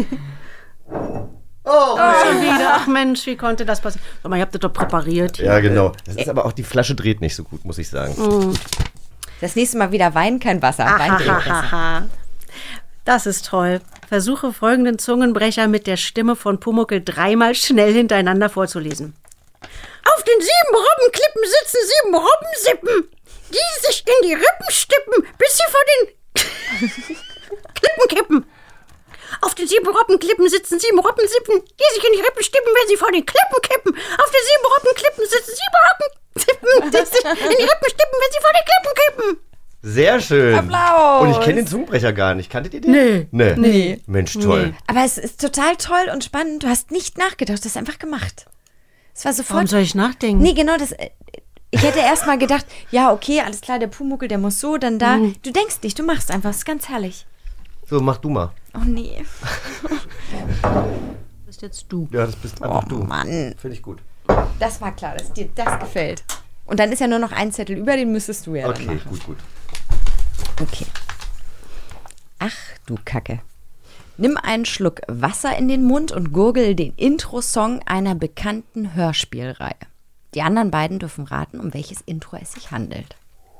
S6: Schon wieder. Ach Mensch, wie konnte das passieren? Sag mal, ihr habt das doch präpariert. Hier.
S4: Ja, genau. Das ist aber auch, die Flasche dreht nicht so gut, muss ich sagen.
S5: Das nächste Mal wieder Wein, kein Wasser. Wein dreht besser.
S6: Das ist toll. Versuche folgenden Zungenbrecher mit der Stimme von Pumuckl 3-mal schnell hintereinander vorzulesen. Auf den 7 Robbenklippen sitzen 7 Robbensippen, die sich in die Rippen stippen, bis sie vor den Klippen kippen. Auf den 7 Robbenklippen sitzen 7 Robbensippen, die sich in die Rippen stippen, wenn sie vor den Klippen kippen. Auf den 7 Robbenklippen sitzen 7 Robbensippen, die sich in die Rippen stippen, wenn sie vor den Klippen kippen.
S4: Sehr schön.
S5: Applaus.
S4: Und ich kenne den Zungenbrecher gar nicht. Kanntet ihr den? Nee. Mensch, toll.
S5: Aber es ist total toll und spannend. Du hast nicht nachgedacht, du hast einfach gemacht. Es war sofort.
S6: Warum soll ich nachdenken?
S5: Nee, genau das. Ich hätte erst mal gedacht, ja, okay, alles klar, der Pumuckl, der muss so, dann da. Du denkst nicht, du machst einfach. Das ist ganz herrlich.
S4: So, mach du mal.
S5: Oh nee.
S6: Das bist jetzt du.
S4: Ja, das bist einfach du.
S5: Mann.
S4: Finde ich gut.
S5: Das war klar, dass dir das gefällt. Und dann ist ja nur noch ein Zettel über, den müsstest du ja dann machen.
S4: Okay, gut.
S5: Okay. Ach du Kacke. Nimm einen Schluck Wasser in den Mund und gurgel den Intro-Song einer bekannten Hörspielreihe. Die anderen beiden dürfen raten, um welches Intro es sich handelt.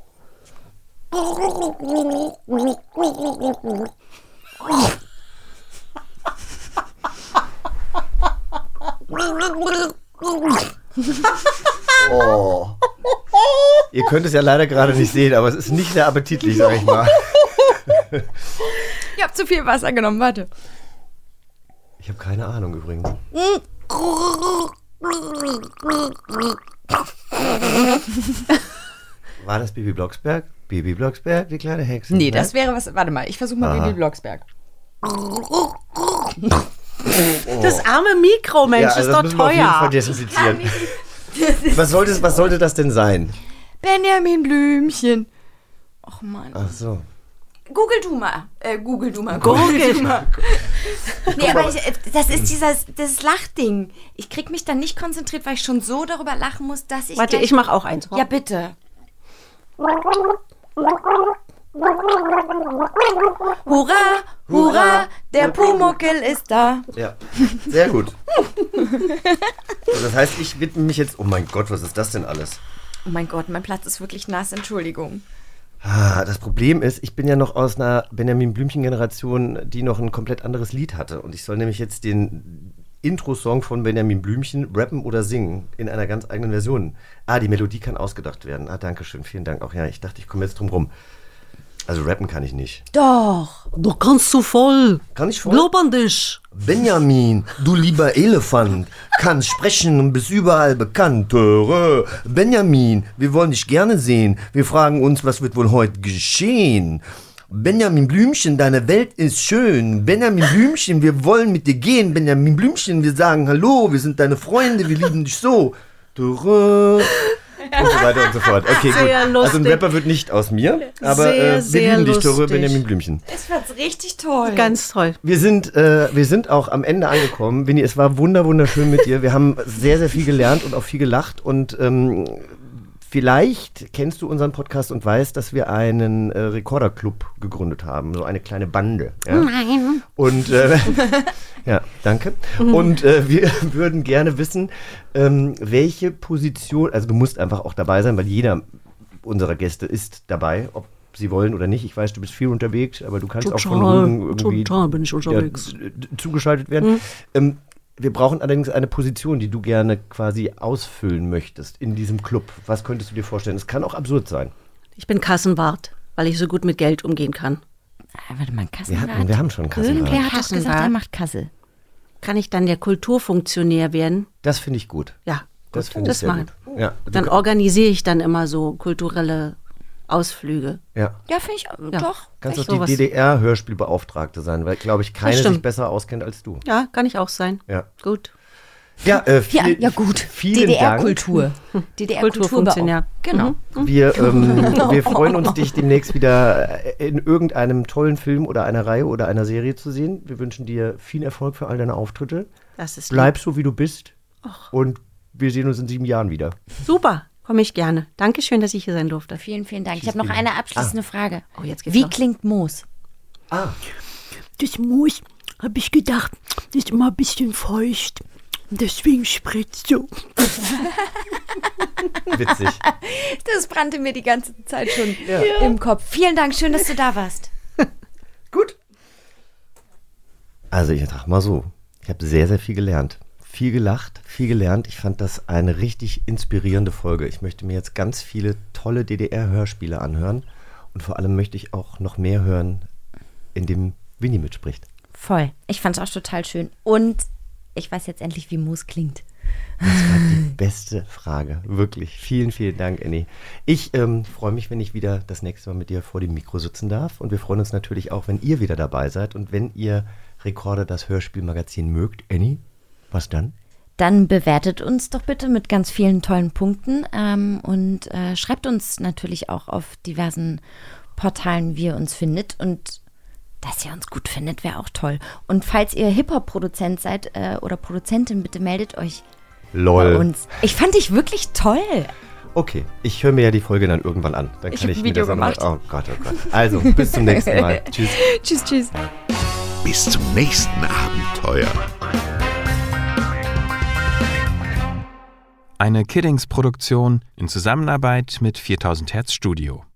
S4: Oh. Ihr könnt es ja leider gerade nicht sehen, aber es ist nicht sehr appetitlich, sag ich mal.
S5: Ich habe zu viel Wasser genommen, warte.
S4: Ich habe keine Ahnung übrigens. War das Bibi Blocksberg? Bibi Blocksberg, die kleine Hexe?
S5: Nee, das wäre was. Warte mal, ich versuche mal Bibi Blocksberg.
S6: Das arme Mikro, Mensch,
S4: ja, also
S6: ist doch
S4: das müssen wir auf jeden Fall
S6: teuer.
S4: desinfizieren. Was sollte das denn sein?
S5: Benjamin Blümchen. Och Mann.
S4: Ach so.
S5: Google du mal. Google du mal. Nee, aber das ist dieses Lachding. Ich krieg mich dann nicht konzentriert, weil ich schon so darüber lachen muss, dass ich.
S6: Warte, ich mach auch eins.
S5: Ja, bitte. Hurra, hurra, der Pumuckl ist da.
S4: Ja, sehr gut. So, das heißt, ich widme mich jetzt... Oh mein Gott, was ist das denn alles?
S5: Oh mein Gott, mein Platz ist wirklich nass, Entschuldigung.
S4: Das Problem ist, ich bin ja noch aus einer Benjamin Blümchen-Generation, die noch ein komplett anderes Lied hatte. Und ich soll nämlich jetzt den Intro-Song von Benjamin Blümchen rappen oder singen in einer ganz eigenen Version. Die Melodie kann ausgedacht werden. Danke schön, vielen Dank auch. Ja, ich dachte, ich komme jetzt drum rum. Also rappen kann ich nicht.
S5: Doch.
S6: Du kannst so voll.
S4: Kann ich voll?
S6: Glaub an dich.
S4: Benjamin, du lieber Elefant, kannst sprechen und bist überall bekannt. Benjamin, wir wollen dich gerne sehen. Wir fragen uns, was wird wohl heute geschehen? Benjamin Blümchen, deine Welt ist schön. Benjamin Blümchen, wir wollen mit dir gehen. Benjamin Blümchen, wir sagen Hallo, wir sind deine Freunde, wir lieben dich so. Dürre. Und so weiter und so fort. Okay,
S6: Sehr
S4: gut.
S6: lustig.
S4: Also ein Rapper wird nicht aus mir, aber
S6: Sehr,
S4: wir lieben dich,
S6: lustig.
S4: Dürre, Benjamin Blümchen.
S3: Ich fand's richtig toll.
S6: Ganz toll.
S4: Wir sind auch am Ende angekommen. Winnie, es war wunderschön mit dir. Wir haben sehr, sehr viel gelernt und auch viel gelacht. Und vielleicht kennst du unseren Podcast und weißt, dass wir einen Rekorder-Club gegründet haben. So eine kleine Bande. Ja?
S6: Nein.
S4: Und ja, danke. Und wir würden gerne wissen, welche Position, also du musst einfach auch dabei sein, weil jeder unserer Gäste ist dabei, ob sie wollen oder nicht. Ich weiß, du bist viel unterwegs, aber du kannst auch von Rügen irgendwie
S6: total bin ich unterwegs.
S4: Zugeschaltet werden. Wir brauchen allerdings eine Position, die du gerne quasi ausfüllen möchtest in diesem Club. Was könntest du dir vorstellen? Es kann auch absurd sein.
S6: Ich bin Kassenwart, weil ich so gut mit Geld umgehen kann.
S5: Warte mal, Kassenwart.
S4: Wir haben schon einen Kassenwart.
S5: Irgendwer hat doch gesagt,
S6: Kassenwart.
S5: er macht Kasse.
S6: Kann ich dann der Kulturfunktionär werden?
S4: Das finde ich gut.
S6: Ja,
S4: Das
S6: gut,
S4: finde ich sehr
S6: machen.
S4: gut. Ja,
S6: Dann organisiere ich dann immer so kulturelle Ausflüge.
S4: ja.
S5: Ja, finde ich doch.
S4: Kannst
S6: Echt
S4: auch die
S6: sowas.
S4: DDR-Hörspielbeauftragte sein, weil, glaube ich, keine
S6: stimmt.
S4: sich besser auskennt als du.
S6: Ja, kann ich auch sein.
S4: Ja.
S6: Gut.
S4: Ja,
S5: Ja, gut.
S4: Vielen
S5: DDR-Kultur.
S6: Kulturfunktionär.
S5: Genau.
S4: Dank. Wir freuen uns, dich demnächst wieder in irgendeinem tollen Film oder einer Reihe oder einer Serie zu sehen. Wir wünschen dir viel Erfolg für all deine Auftritte.
S6: Das ist
S4: Bleib so, wie du bist. Und wir sehen uns in 7 Jahren wieder.
S6: lieb. Super. Komme ich gerne. Dankeschön, dass ich hier sein durfte.
S5: Vielen Dank. Ich habe noch eine abschließende Frage.
S6: Oh, jetzt geht's
S5: Wie
S6: los.
S5: klingt Moos?
S9: Das Moos, habe ich gedacht, das ist immer ein bisschen feucht. Und deswegen spritzt so.
S4: Witzig.
S5: Das brannte mir die ganze Zeit schon im Kopf. Vielen Dank, schön, dass du da warst.
S4: Gut. Also ich sag mal so, ich habe sehr, sehr viel gelernt. Viel gelacht, viel gelernt. Ich fand das eine richtig inspirierende Folge. Ich möchte mir jetzt ganz viele tolle DDR-Hörspiele anhören. Und vor allem möchte ich auch noch mehr hören, in dem Winnie mitspricht.
S5: Voll. Ich fand es auch total schön. Und ich weiß jetzt endlich, wie Moos klingt.
S4: Das war die beste Frage. Wirklich. Vielen Dank, Annie. Ich freue mich, wenn ich wieder das nächste Mal mit dir vor dem Mikro sitzen darf. Und wir freuen uns natürlich auch, wenn ihr wieder dabei seid. Und wenn ihr Rekorder, das Hörspielmagazin, mögt. Annie, was dann?
S5: Dann bewertet uns doch bitte mit ganz vielen tollen Punkten und schreibt uns natürlich auch auf diversen Portalen, wie ihr uns findet. Und dass ihr uns gut findet, wäre auch toll. Und falls ihr Hip-Hop-Produzent seid oder Produzentin, bitte meldet euch
S4: Lol.
S5: bei uns. Ich fand dich wirklich toll.
S4: Okay, ich höre mir ja die Folge dann irgendwann an. Dann
S5: Ich
S4: kann
S5: hab
S4: ich
S5: ein
S4: mir
S5: Video
S4: das einmal.
S5: gemacht.
S4: Oh Gott. Also, bis zum nächsten Mal. Tschüss.
S5: Tschüss.
S1: Bis zum nächsten Abenteuer.
S10: Eine Kiddings-Produktion in Zusammenarbeit mit 4000 Hertz Studio.